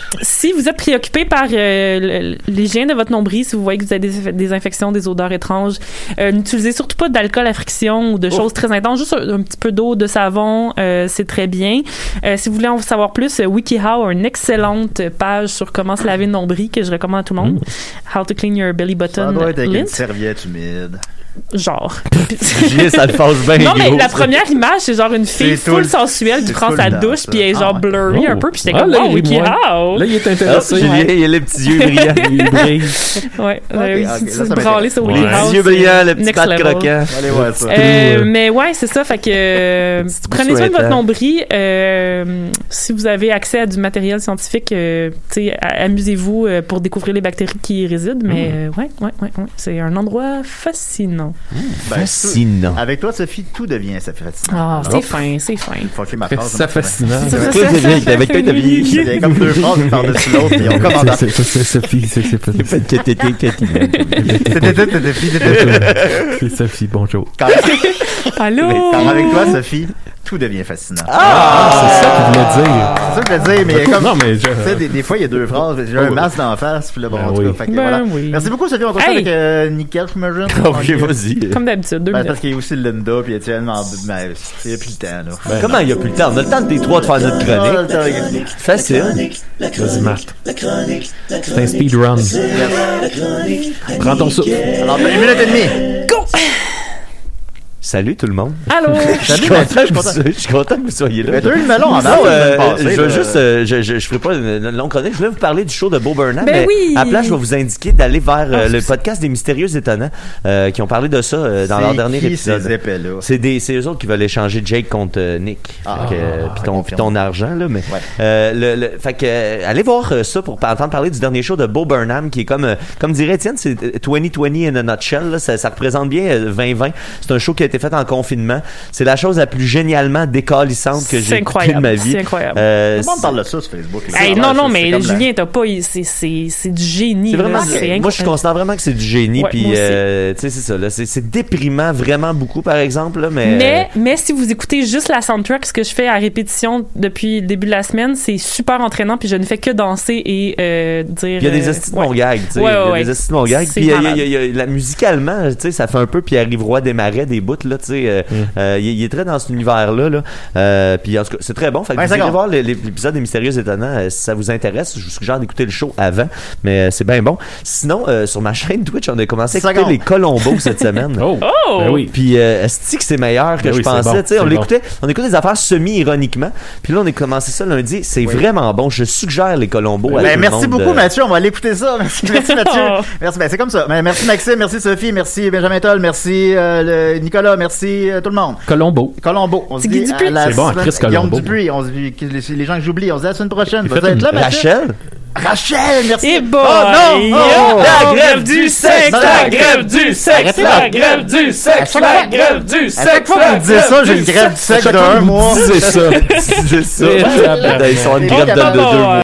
Speaker 6: si vous êtes préoccupé par euh, l'hygiène de votre nombril, si vous voyez que vous avez des, des infections, des odeurs étranges, euh, n'utilisez surtout pas d'alcool à friction ou de oh. choses très intenses, juste un, un petit peu d'eau, de savon, euh, c'est très bien. Euh, si vous voulez en savoir plus, WikiHow a une excellente page sur comment se laver le nombril que je recommande à tout le monde. Mm. How to clean your belly button.
Speaker 5: Ça doit être avec
Speaker 6: lint.
Speaker 5: une serviette humide.
Speaker 6: Genre.
Speaker 7: Julien, ça le fâche bien.
Speaker 6: Non, mais
Speaker 7: gros,
Speaker 6: la
Speaker 7: ça.
Speaker 6: première image, c'est genre une fille
Speaker 5: c'est
Speaker 6: full
Speaker 5: tout,
Speaker 6: sensuelle qui prend sa douche, puis elle est genre
Speaker 5: ah,
Speaker 6: blurry
Speaker 8: oh.
Speaker 6: un peu, puis j'étais
Speaker 8: ah,
Speaker 6: comme,
Speaker 8: là,
Speaker 6: oh, WikiHow!
Speaker 8: Là, il est intéressé.
Speaker 7: Ah, Julien, il a les petits yeux brillants.
Speaker 8: Il brille.
Speaker 6: Ouais,
Speaker 5: okay,
Speaker 6: euh,
Speaker 5: okay,
Speaker 6: c'est branlé sur WikiHow.
Speaker 7: Les petits yeux brillants, le petit pâte croquant.
Speaker 5: Allez, ouais, ça.
Speaker 6: Euh, mais ouais, c'est ça. Fait que euh, prenez soin de votre nombril. Euh, si vous avez accès à du matériel scientifique, euh, tu sais, amusez-vous euh, pour découvrir les bactéries qui y résident. Mais euh, ouais, ouais, ouais, ouais, c'est un endroit fascinant.
Speaker 5: Mmh. Ben,
Speaker 7: fascinant.
Speaker 5: Avec toi, Sophie, tout devient ça fascinant.
Speaker 6: Ah, c'est fin, c'est fin.
Speaker 8: C'est fascinant.
Speaker 7: Avec toi,
Speaker 5: il y a comme deux phrases par-dessus l'autre et on commence.
Speaker 8: C'est Sophie, c'est C'est Sophie, bonjour.
Speaker 6: Allô?
Speaker 5: Car avec toi, Sophie, tout devient fascinant.
Speaker 8: Ah! C'est ça qu'il voulait dire.
Speaker 5: C'est ça que je voulais dire, mais comme.
Speaker 8: Non, mais je...
Speaker 5: Tu sais, des, des fois, il y a deux phrases. J'ai un masque d'en face, puis là, bon,
Speaker 8: ben
Speaker 5: en tout
Speaker 8: oui.
Speaker 5: cas. Fait que,
Speaker 6: ben
Speaker 5: voilà.
Speaker 6: oui.
Speaker 5: Merci beaucoup, Sophie. On continue
Speaker 6: hey.
Speaker 5: avec euh, Nickel, j'imagine.
Speaker 7: Ok, vas-y.
Speaker 6: Comme d'habitude, deux
Speaker 5: ben,
Speaker 6: minutes.
Speaker 5: parce qu'il y a aussi Linda, puis Étienne, mais il n'y a plus le temps, là.
Speaker 7: Ben, comment il n'y a plus le temps? On a le temps des trois de faire notre chronique. Facile.
Speaker 8: Vas-y, Marthe. C'est un speedrun. Prends ton souffle.
Speaker 5: Alors, une minute et demie.
Speaker 6: Go!
Speaker 7: Salut tout le monde.
Speaker 6: Allô.
Speaker 7: Je suis content, que vous- je suis content que vous soyez là.
Speaker 5: Mais t'as eu le melon en
Speaker 7: Non,
Speaker 5: avant,
Speaker 7: euh,
Speaker 5: la semaine passée,
Speaker 7: je veux
Speaker 5: là.
Speaker 7: juste, euh, je, je, je ferai pas une, une longue chronique. Je voulais vous parler du show de Bo Burnham.
Speaker 6: Ben
Speaker 7: mais
Speaker 6: oui.
Speaker 7: À la place, je vais vous indiquer d'aller vers euh,
Speaker 6: Ah,
Speaker 7: le
Speaker 6: c'est-
Speaker 7: podcast des Mystérieux Étonnants euh, qui ont parlé de ça euh, dans
Speaker 5: C'est
Speaker 7: leur dernier
Speaker 5: qui,
Speaker 7: épisode.
Speaker 5: ces épais-là?
Speaker 7: C'est des, c'est eux autres qui veulent échanger Jake contre euh, Nick.
Speaker 5: Ah,
Speaker 7: Fait que, euh,
Speaker 5: ah,
Speaker 7: puis ton,
Speaker 5: confirme.
Speaker 7: puis ton argent là, mais
Speaker 5: Ouais.
Speaker 7: euh, le, le, fait que euh, allez voir euh, ça pour entendre parler du dernier show de Bo Burnham qui est comme, euh, comme dirait Étienne, c'est euh, vingt vingt in a nutshell. Là, ça, ça représente bien euh, vingt vingt. C'est un show qui a été fait en confinement. C'est la chose la plus génialement décalissante que
Speaker 6: C'est
Speaker 7: j'ai écoutée de
Speaker 6: incroyable,
Speaker 7: ma vie.
Speaker 6: c'est incroyable.
Speaker 7: Euh,
Speaker 5: Tout le monde parle de ça sur Facebook. là.
Speaker 6: Hey,
Speaker 5: Ça,
Speaker 6: non,
Speaker 5: ça,
Speaker 6: non,
Speaker 5: c'est
Speaker 6: mais
Speaker 5: comme la-
Speaker 6: Julien, t'as pas. C'est, c'est, c'est du génie.
Speaker 7: C'est vraiment,
Speaker 6: là, c'est
Speaker 7: moi je
Speaker 6: incroyable.
Speaker 7: considère vraiment que c'est du génie,
Speaker 6: Ouais,
Speaker 7: puis
Speaker 6: moi aussi.
Speaker 7: euh, tu sais c'est ça là, c'est, c'est déprimant vraiment beaucoup par exemple là, mais,
Speaker 6: Mais, mais si vous écoutez juste la soundtrack, ce que je fais à répétition depuis le début de la semaine, c'est super entraînant, puis je ne fais que dancer et euh, dire.
Speaker 7: il y a des
Speaker 6: euh,
Speaker 7: estis de
Speaker 6: ouais.
Speaker 7: mon gag, tu sais,
Speaker 6: Ouais,
Speaker 7: il y a
Speaker 6: ouais,
Speaker 7: des estis de mon gag,
Speaker 6: c'est
Speaker 7: puis il y a- il y a-
Speaker 6: malade.
Speaker 7: il y a- il y a- la musicalement, tu sais, ça fait un peu Pierre-Yves Roy Desmarais des bouts là, tu sais, euh, euh, il, il est très dans cet univers là là, euh, puis en tout cas c'est très bon, fait que
Speaker 5: Ouais,
Speaker 7: vous irez
Speaker 5: d'accord.
Speaker 7: voir les- les- l'épisode des Mystérieux Étonnants euh, si ça vous intéresse, je vous suggère d'écouter le show avant, mais euh, c'est bien bon. Sinon euh, sur ma chaîne Twitch on a commencé à écouter
Speaker 5: Seconde.
Speaker 7: les Colombos cette semaine.
Speaker 8: Oh!
Speaker 6: Oh!
Speaker 8: Ben oui.
Speaker 7: Puis euh, est-ce que c'est meilleur que
Speaker 8: Ben
Speaker 7: je
Speaker 8: oui, c'est
Speaker 7: pensais,
Speaker 8: bon,
Speaker 7: tu sais, on
Speaker 8: c'est
Speaker 7: l'écoutait, on écoutait des affaires semi-ironiquement. Puis là on a commencé ça lundi, c'est vraiment bon, je suggère les Colombos à
Speaker 5: Ben,
Speaker 7: tout le
Speaker 5: merci
Speaker 7: monde,
Speaker 5: beaucoup,
Speaker 7: euh,
Speaker 5: Mathieu. On va aller écouter ça. Merci, merci Mathieu. Merci. Ben, c'est comme ça. Ben, merci, Maxime. Merci, Sophie. Merci, Benjamin Toll. Merci, euh, le- Nicolas. Merci, euh, tout le monde.
Speaker 8: Colombo.
Speaker 5: Colombo. On se
Speaker 6: C'est
Speaker 5: dit
Speaker 6: Guy
Speaker 5: à
Speaker 6: Dupuis.
Speaker 5: la
Speaker 8: C'est bon,
Speaker 5: semaine-
Speaker 8: Chris
Speaker 5: Guillaume
Speaker 8: Colombo.
Speaker 5: Dupuis. On se dit, que les, les gens que j'oublie. On se dit à la semaine prochaine.
Speaker 8: Il
Speaker 5: Vous
Speaker 8: fait
Speaker 5: allez être là,
Speaker 8: une-
Speaker 5: Mathieu?
Speaker 7: Rachel?
Speaker 5: Rachel, merci.
Speaker 6: Eh boy!
Speaker 5: Oh non! Oh!
Speaker 7: La grève du sexe!
Speaker 5: La
Speaker 7: grève du sexe!
Speaker 5: La
Speaker 7: grève du sexe!
Speaker 5: La
Speaker 7: grève du
Speaker 5: À chaque fois que vous disiez ça, j'ai une grève du sexe de un mois.
Speaker 7: C'est ça. C'est ça.
Speaker 8: C'est ça.
Speaker 7: Ils sont en
Speaker 5: Les
Speaker 7: grève de
Speaker 5: gars,
Speaker 7: de deux mois.